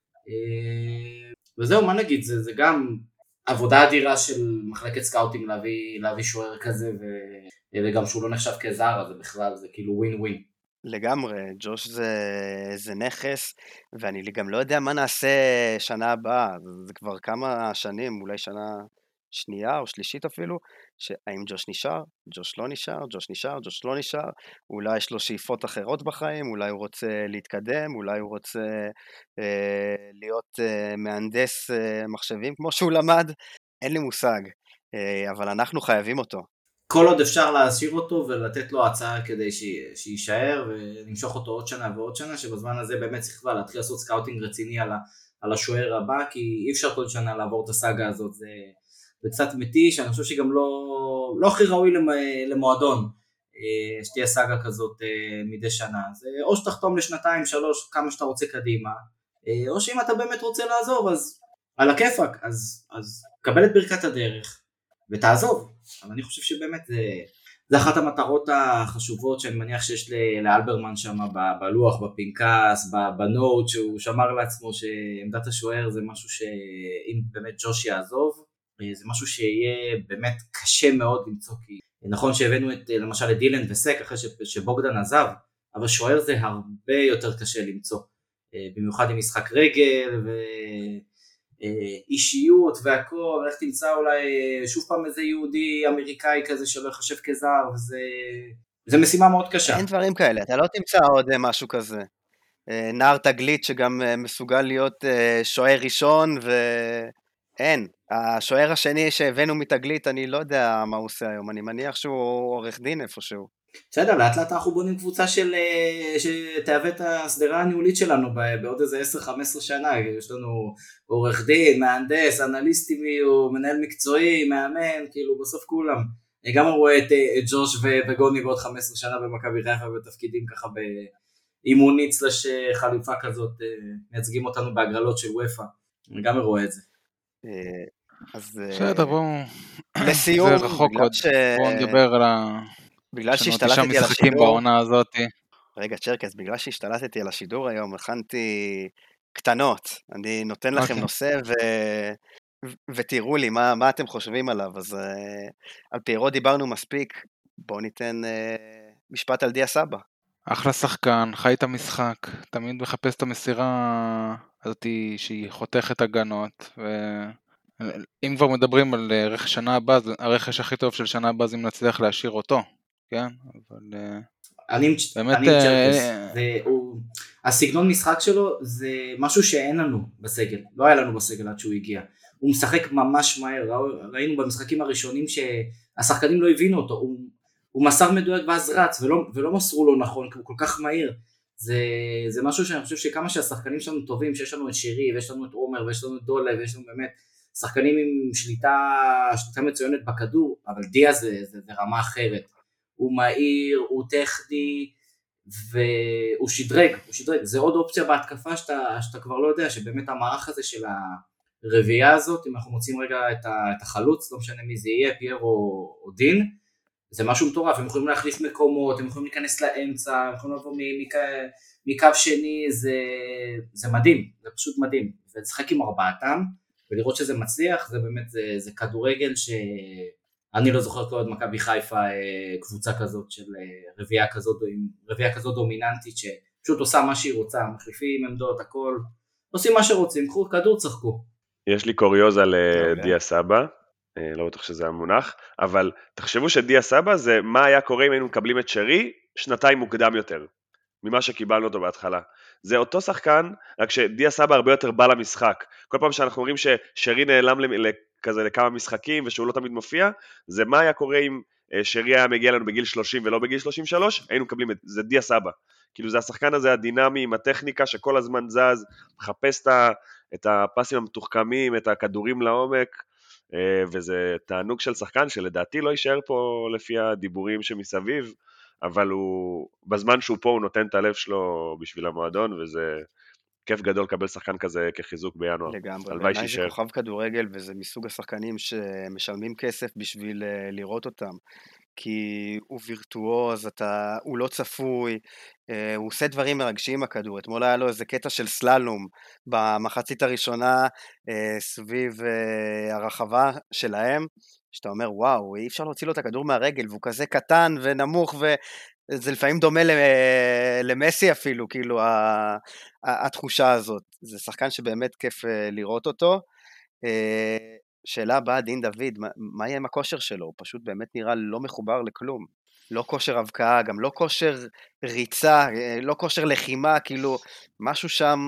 וזהו, מה נגיד, זה גם עבודה אדירה של מחלקת סקאוטינג להביא שוער כזה, וגם שהוא לא נחשב כזר, אז בכלל זה כאילו ווין ווין. לגמרי, ג'וש זה נכס, ואני גם לא יודע מה נעשה שנה הבאה, זה כבר כמה שנים, אולי שנה שנייה או שלישית אפילו, שהאם ג'וש נשאר, ג'וש לא נשאר, ג'וש נשאר, ג'וש לא נשאר, אולי יש לו שאיפות אחרות בחיים, אולי הוא רוצה להתקדם, אולי הוא רוצה להיות מהנדס מחשבים כמו שהוא למד, אין לי מושג, אבל אנחנו חייבים אותו. כל עוד אפשר להשאיר אותו ולתת לו הצעה כדי שיישאר ולמשוך אותו עוד שנה ועוד שנה, שבזמן הזה באמת צריך להתחיל לעשות סקאוטינג רציני על השוער הבא, כי אי אפשר כל שנה לעבור את הסאגה הזאת, זה קצת מתיש, אני חושב שגם לא הכי ראוי למועדון שתהיה סאגה כזאת מדי שנה, זה או שתחתום לשנתיים, שלוש, כמה שאתה רוצה קדימה, או שאם אתה באמת רוצה לעזוב, אז על הכיפק, אז קבל את ברכת הדרך ותעזוב. אבל אני חושב שבאמת זה אחת המטרות החשובות שאני מניח שיש לאלברמן שם בלוח, בפנקס, בנוט, שהוא שמר לעצמו שעמדת השוער זה משהו שאם באמת ג'וש יעזוב, זה משהו שיהיה באמת קשה מאוד למצוא, כי נכון שהבאנו למשל את דילן וסק אחרי שבוגדן עזב, אבל שוער זה הרבה יותר קשה למצוא, במיוחד עם משחק רגל אישיות והכל, איך תמצא אולי שוב פעם איזה יהודי אמריקאי כזה שלא יחשב כזר, וזה משימה מאוד קשה. אין דברים כאלה, אתה לא תמצא עוד משהו כזה. נער תגלית שגם מסוגל להיות שוער ראשון, ואין. השוער השני שהבאנו מתגלית, אני לא יודע מה הוא עושה היום, אני מניח שהוא עורך דין איפשהו. בסדר, לאט לאט אנחנו בונים קבוצה שתהווה את הסדרה הניהולית שלנו בעוד איזה 10-15 שנה, יש לנו עורך דין, מהנדס, אנליסטי, מנהל מקצועי, מאמן, כאילו בסוף כולם. אני גם רואה את ג'וש וגוני בעוד 15 שנה במכבי חיפה בתפקידים ככה באימונית סלש חליפה כזאת, מייצגים אותנו בהגרלות של וופא, אני גם רואה את זה. אז בסדר, בואו, לסיום, זה רחוק עוד, בואו נדבר על בגלל יש לנו 9 שהשתלטתי על משחקים השידור, בעונה הזאת. רגע צ'רקס, בגלל שהשתלטתי על השידור היום, הכנתי קטנות, אני נותן לכם נושא ותראו לי מה אתם חושבים עליו, אז על פיירו דיברנו מספיק, בואו ניתן משפט על דיה סבא. אחלה שחקן, חי את המשחק, תמיד מחפש את המסירה הזאת שהיא חותכת הגנות, ואם כבר מדברים על רכש שנה הבאה, הרכש הכי טוב של שנה הבאה זה אם נצליח להשאיר אותו, כן? אבל אני באמת צ'רקס, הסגנון משחק שלו זה משהו שאין לנו בסגל, לא היה לנו בסגל עד שהוא הגיע, הוא משחק ממש מהר, ראינו במשחקים הראשונים שהשחקנים לא הבינו אותו, הוא מסר מדויק ואז רץ, ולא מסרו לו נכון, כי הוא כל כך מהיר, זה משהו שאני חושב שכמה שהשחקנים שלנו טובים, שיש לנו את שירי, ויש לנו את עומר, ויש לנו את דולה, ויש לנו באמת שחקנים עם שליטה מצוינת בכדור, אבל דיה זה רמה אחרת, הוא מהיר, הוא טכני, והוא שדרג, זה עוד אופציה בהתקפה שאתה כבר לא יודע, שבאמת המערך הזה של הרביעייה הזאת, אם אנחנו מוצאים רגע את החלוץ, לא משנה מי זה יהיה, פייר או דין, זה משהו מטורף, הם יכולים להחליף מקומות, הם יכולים להיכנס לאמצע, הם יכולים לבוא מקו שני, זה מדהים, זה פשוט מדהים, ולשחק עם ארבעתם, ולראות שזה מצליח, זה באמת, זה כדורגל אני לא זוכר כל עוד מכבי חיפה קבוצה כזאת של רביעייה כזאת דומיננטית שפשוט עושה מה שהיא רוצה, מחליפים עמדות, הכל, עושים מה שרוצים, קחו כדור, צחקו. יש לי קוריוז על דיה סבא, לא בטוח שזה המונח, אבל תחשבו שדיה סבא זה מה היה קורה אם היינו מקבלים את שרי שנתיים מוקדם יותר, ממה שקיבלנו אותו בהתחלה. זה אותו שחקן, רק שדיה סבא הרבה יותר בא למשחק. כל פעם שאנחנו אומרים ששרי נעלם כזה לכמה משחקים ושהוא לא תמיד מופיע, זה מה היה קורה אם שרי היה מגיע לנו בגיל 30 ולא בגיל 33, היינו מקבלים את זה דיה סבא. כאילו זה השחקן הזה הדינמי עם הטכניקה שכל הזמן זז, מחפש את הפסים המתוחכמים, את הכדורים לעומק, וזה תענוג של שחקן שלדעתי לא יישאר פה לפי הדיבורים שמסביב, אבל בזמן שהוא פה הוא נותן את הלב שלו בשביל המועדון, וזה כיף גדול לקבל שחקן כזה כחיזוק בינואר. לגמרי, בעיניי זה כוכב כדורגל, וזה מסוג השחקנים שמשלמים כסף בשביל לראות אותם, כי הוא וירטואוז, הוא לא צפוי, הוא עושה דברים מרגשים הכדור. אתמול היה לו איזה קטע של סללום במחצית הראשונה סביב הרחבה שלהם, שאתה אומר וואו, אי אפשר להוציא לו את הכדור מהרגל, והוא כזה קטן ונמוך, וזה לפעמים דומה למסי אפילו, כאילו התחושה הזאת. זה שחקן שבאמת כיף לראות אותו. שאלה הבאה, דין דוד, מה יהיה עם הכושר שלו? הוא פשוט באמת נראה לא מחובר לכלום. לא כושר הבקעה, גם לא כושר ריצה, לא כושר לחימה, כאילו משהו שם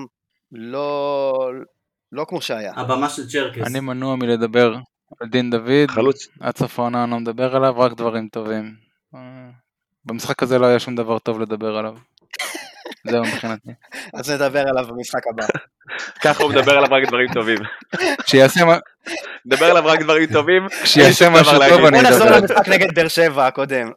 לא כמו שהיה. הבמה של צ'רקס. אני מנוע מלדבר על דין דוד, חלוץ. עד סוף העונה אני לא מדבר עליו, רק דברים טובים. במשחק הזה לא היה שום דבר טוב לדבר עליו. זהו מבחינתי. אז נדבר עליו במשחק הבא. ככה הוא מדבר עליו רק דברים טובים. כשיעשה מה... מדבר עליו רק דברים טובים. כשיעשה משהו טוב אני בוא נחזור אדבר. למשחק נגד באר שבע הקודם.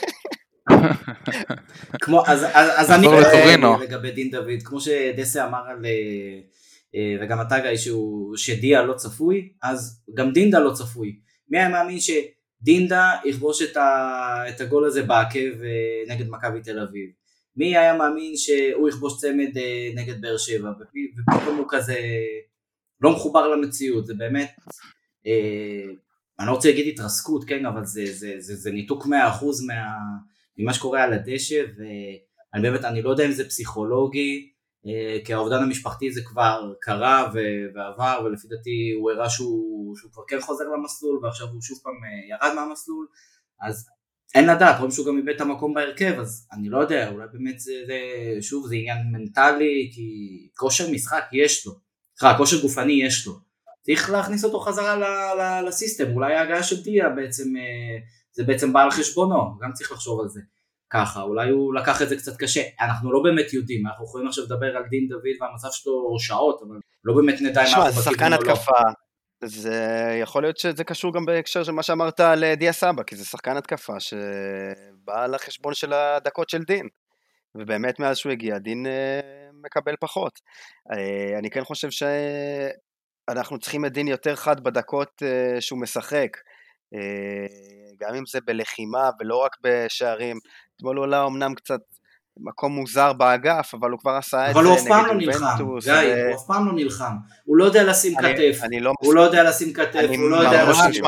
אז אני לגבי דין דוד, כמו שדסה אמר על, וגם אתה גיא, שדיה לא צפוי, אז גם דינדה לא צפוי. מי היה מאמין שדינדה יכבוש את הגול הזה בעקב נגד מכבי תל אביב? מי היה מאמין שהוא יכבוש צמד נגד באר שבע, ופתאום הוא כזה לא מחובר למציאות? זה באמת, אני לא רוצה להגיד התרסקות, כן, אבל זה ניתוק 100% ממה שקורה על הדשא, ואני באמת, אני לא יודע אם זה פסיכולוגי, כי האובדן המשפחתי זה כבר קרה ועבר, ולפי דעתי הוא הראה שהוא כבר כן חוזר למסלול, ועכשיו הוא שוב פעם ירד מהמסלול, אז אין לדעת, רואים שהוא גם איבד את המקום בהרכב, אז אני לא יודע, אולי באמת שוב זה עניין מנטלי, כי כושר משחק יש לו, כושר גופני יש לו, צריך להכניס אותו חזרה לסיסטם, אולי ההגעה של דיה בעצם, זה בעצם בא על חשבונו, גם צריך לחשוב על זה ככה, אולי הוא לקח את זה קצת קשה, אנחנו לא באמת יודעים, אנחנו יכולים עכשיו לדבר על דין דוד והמצב שלו שעות, אבל לא באמת נדע אם אנחנו בכיוון או לא. זה יכול להיות שזה קשור גם בהקשר של מה שאמרת על דיה סבא, כי זה שחקן התקפה שבא לחשבון של הדקות של דין, ובאמת מאז שהוא הגיע, דין מקבל פחות. אני כן חושב שאנחנו צריכים את דין יותר חד בדקות שהוא משחק, גם אם זה בלחימה ולא רק בשערים. אתמול הוא עולה אמנם קצת מקום מוזר באגף, אבל הוא כבר עשה את זה נגד יובנטוס. גיא, הוא אף פעם לא נלחם, הוא לא יודע לשים כתף, הוא לא יודע לשים כתף, הוא לא יודע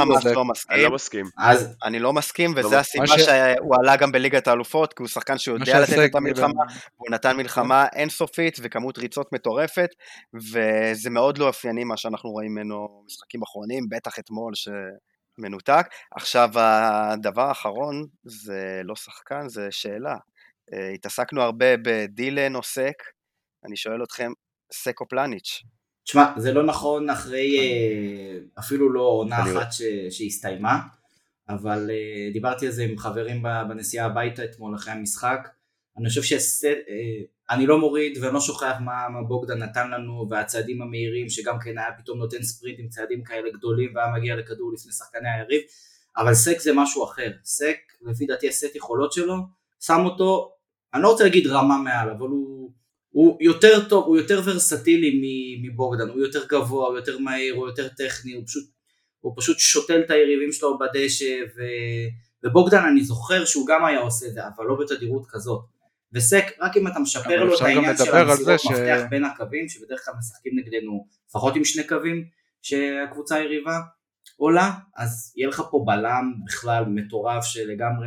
אני לא מסכים, וזה הסיבה שהוא עלה גם בליגת האלופות, כי הוא שחקן שיודע לתת את המלחמה, הוא נתן מלחמה אינסופית וכמות ריצות מטורפת, וזה מאוד לא אופייני מה שאנחנו רואים ממנו משחקים אחרונים, בטח אתמול שמנותק. עכשיו הדבר האחרון זה לא שחקן, זה שאלה. התעסקנו הרבה בדילן או סק, אני שואל אתכם, סק או פלניץ'? תשמע, זה לא נכון אחרי אפילו לא עונה אחת שהסתיימה, אבל דיברתי על זה עם חברים בנסיעה הביתה אתמול אחרי המשחק, אני חושב אני לא מוריד ולא שוכח מה בוגדן נתן לנו, והצעדים המהירים שגם כן היה פתאום נותן ספרינט עם צעדים כאלה גדולים, והיה מגיע לכדור לפני שחקני היריב, אבל סק זה משהו אחר, סק לפי דעתי הסט יכולות שלו, שם אותו, אני לא רוצה להגיד רמה מעל, אבל הוא יותר טוב, הוא יותר ורסטילי מבוגדן, הוא יותר גבוה, הוא יותר מהיר, הוא יותר טכני, הוא פשוט שוטל את היריבים שלו בדשא, ובוגדן אני זוכר שהוא גם היה עושה את זה, אבל לא בתדירות כזאת. וסק, רק אם אתה משפר לו את העניין של המסירות מפתח בין הקווים, שבדרך כלל משחקים נגדנו לפחות עם 2 קווים שהקבוצה היריבה עולה, אז יהיה לך פה בלם בכלל מטורף שלגמרי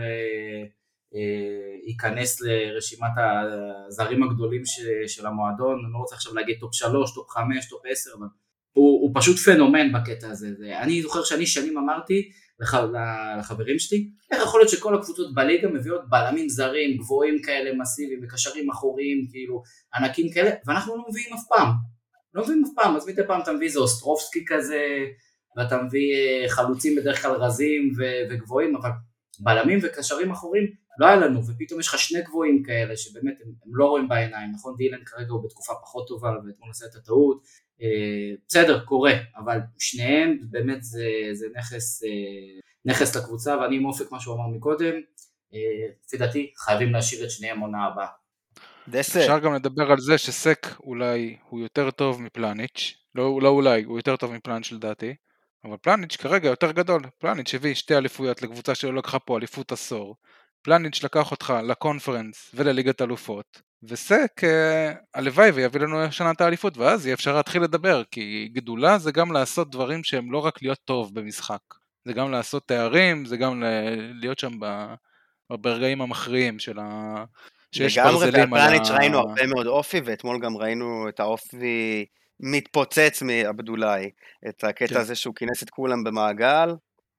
ייכנס לרשימת הזרים הגדולים של המועדון. אני לא רוצה עכשיו להגיד טופ 3, טופ 5, טופ 10, אבל הוא פשוט פנומן בקטע הזה. אני זוכר שאני שנים אמרתי לחברים שלי, איך יכול להיות שכל הקבוצות בליגה מביאות בלמים זרים, גבוהים כאלה מסיביים, וקשרים אחוריים, כאילו ענקים כאלה, ואנחנו לא מביאים אף פעם. לא מביאים אף פעם, אז מדי פעם אתה מביא איזה אוסטרובסקי כזה, ואתה מביא חלוצים בדרך כלל רזים וגבוהים, אבל בלמים וקשרים אחוריים לא היה לנו, ופתאום יש לך 2 גבוהים כאלה, שבאמת הם לא רואים בעיניים, נכון? דילן כרגע הוא בתקופה פחות טובה, ואתמול עשה את הטעות, בסדר, קורה, אבל שניהם באמת זה נכס לקבוצה, ואני מופק מה שהוא אמר מקודם, לפי דעתי חייבים להשאיר את שניהם עונה הבאה. אפשר גם לדבר על זה שסק אולי הוא יותר טוב מפלניץ', לא אולי, הוא יותר טוב מפלניץ' לדעתי, אבל פלניץ' כרגע יותר גדול, פלניץ' הביא 2 אליפויות לקבוצה שלא לקחה פה אליפות עשור, פלניץ' לקח אותך לקונפרנס ולליגת אלופות, וסק הלוואי ויביא לנו שנה את האליפות, ואז יהיה אפשר להתחיל לדבר, כי גדולה זה גם לעשות דברים שהם לא רק להיות טוב במשחק, זה גם לעשות תארים, זה גם להיות שם ברגעים המכריעים של שיש ברזלים על בפלניץ' ראינו הרבה מאוד אופי, ואתמול גם ראינו את האופי מתפוצץ מעבדולאי, את הקטע הזה שהוא כינס את כולם במעגל,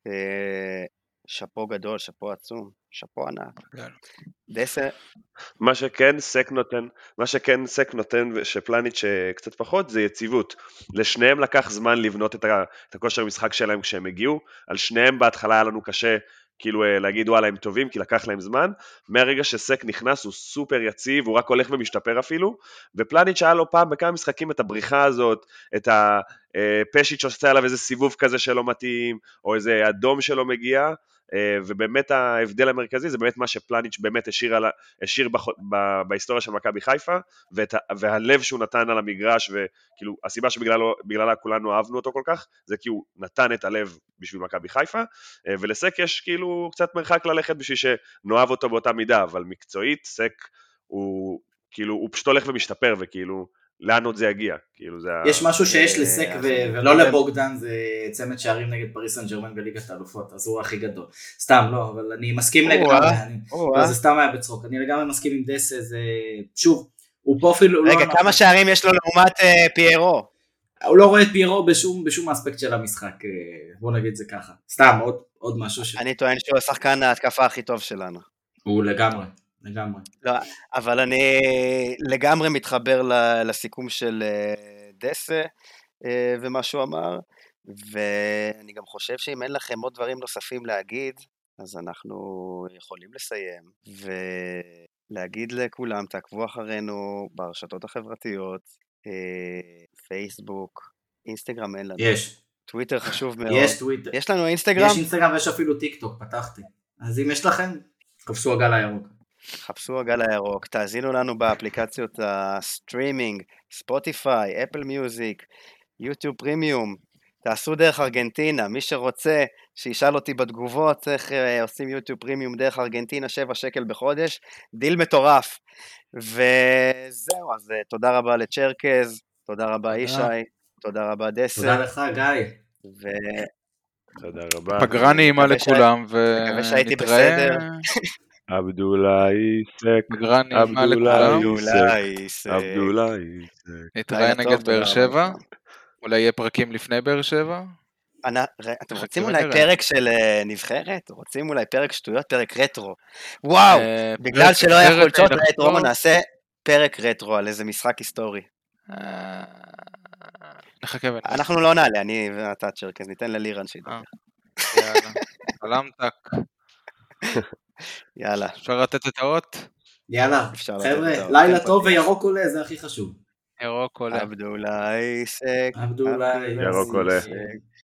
שפו גדול, שפו עצום, שפו ענק. דסה. מה שכן סק נותן שפלניץ' קצת פחות, זה יציבות. לשניהם לקח זמן לבנות את הכושר המשחק שלהם כשהם הגיעו, על שניהם בהתחלה היה לנו קשה, כאילו להגיד וואלה הם טובים, כי לקח להם זמן, מהרגע שסק נכנס הוא סופר יציב, הוא רק הולך ומשתפר אפילו, ופלניץ' היה לו פעם בכמה משחקים את הבריחה הזאת, את הפשיץ' שעושה עליו איזה סיבוב כזה שלא מתאים, או איזה אדום שלא מגיע, ובאמת ההבדל המרכזי זה באמת מה שפלניץ' באמת השאיר בהיסטוריה של מכבי חיפה, והלב שהוא נתן על המגרש, וכאילו הסיבה שבגללה כולנו אהבנו אותו כל כך, זה כי הוא נתן את הלב בשביל מכבי חיפה, ולסק יש כאילו קצת מרחק ללכת בשביל שנאהב אותו באותה מידה, אבל מקצועית סק הוא כאילו הוא פשוט הולך ומשתפר, וכאילו לאן עוד זה יגיע, כאילו זה... יש משהו שיש לסק ולא לבוגדן, זה צמד שערים נגד פריס סן ז'רמן בליגת האלופות, אז הוא הכי גדול. סתם, לא, אבל אני מסכים לגמרי, זה סתם היה בצחוק, אני לגמרי מסכים עם דסה, זה שוב, הוא פה אפילו... רגע, כמה שערים יש לו לעומת פיירו? הוא לא רואה את פיירו בשום אספקט של המשחק, בוא נגיד זה ככה. סתם, עוד משהו ש... אני טוען שהוא השחקן ההתקפה הכי טוב שלנו. הוא לגמרי. לא, אבל אני לגמרי מתחבר לסיכום של דסה ומה שהוא אמר, ואני גם חושב שאם אין לכם עוד דברים נוספים להגיד, אז אנחנו יכולים לסיים, ולהגיד לכולם, תעקבו אחרינו ברשתות החברתיות, פייסבוק, אינסטגרם אין לנו. יש. טוויטר חשוב מאוד. יש טוויטר. יש לנו אינסטגרם? יש אינסטגרם ויש אפילו טיק טוק, פתחתי. אז אם יש לכם, חפשו הגל הירוק. חפשו הגל הירוק, תאזינו לנו באפליקציות הסטרימינג, ספוטיפיי, אפל מיוזיק, יוטיוב פרימיום, תעשו דרך ארגנטינה, מי שרוצה שישאל אותי בתגובות איך עושים יוטיוב פרימיום דרך ארגנטינה, 7 שקל בחודש, דיל מטורף, וזהו, אז תודה רבה לצ'רקז, תודה רבה ישי, תודה רבה דסה. תודה לך גיא. תודה רבה. פגרה נעימה לכולם, מקווה שהייתי בסדר. עבדולאי סק, פגרה נעימה לכולם. עבדולאי סק. נתראה נגד באר שבע, אולי יהיה פרקים לפני באר שבע. אתם רוצים אולי פרק של נבחרת? רוצים אולי פרק שטויות, פרק רטרו? וואו, בגלל שלא היה חולצות רטרו, נעשה פרק רטרו על איזה משחק היסטורי. אנחנו לא נעלה, אני ואתה צ'רקז, ניתן ללירן שידבר. יאללה, חלמתק. יאללה. אפשר לתת את האות? יאללה, חבר'ה, לילה טוב וירוק עולה, זה הכי חשוב. ירוק עולה. עבדולאי סק. עבדולאי. ירוק עולה.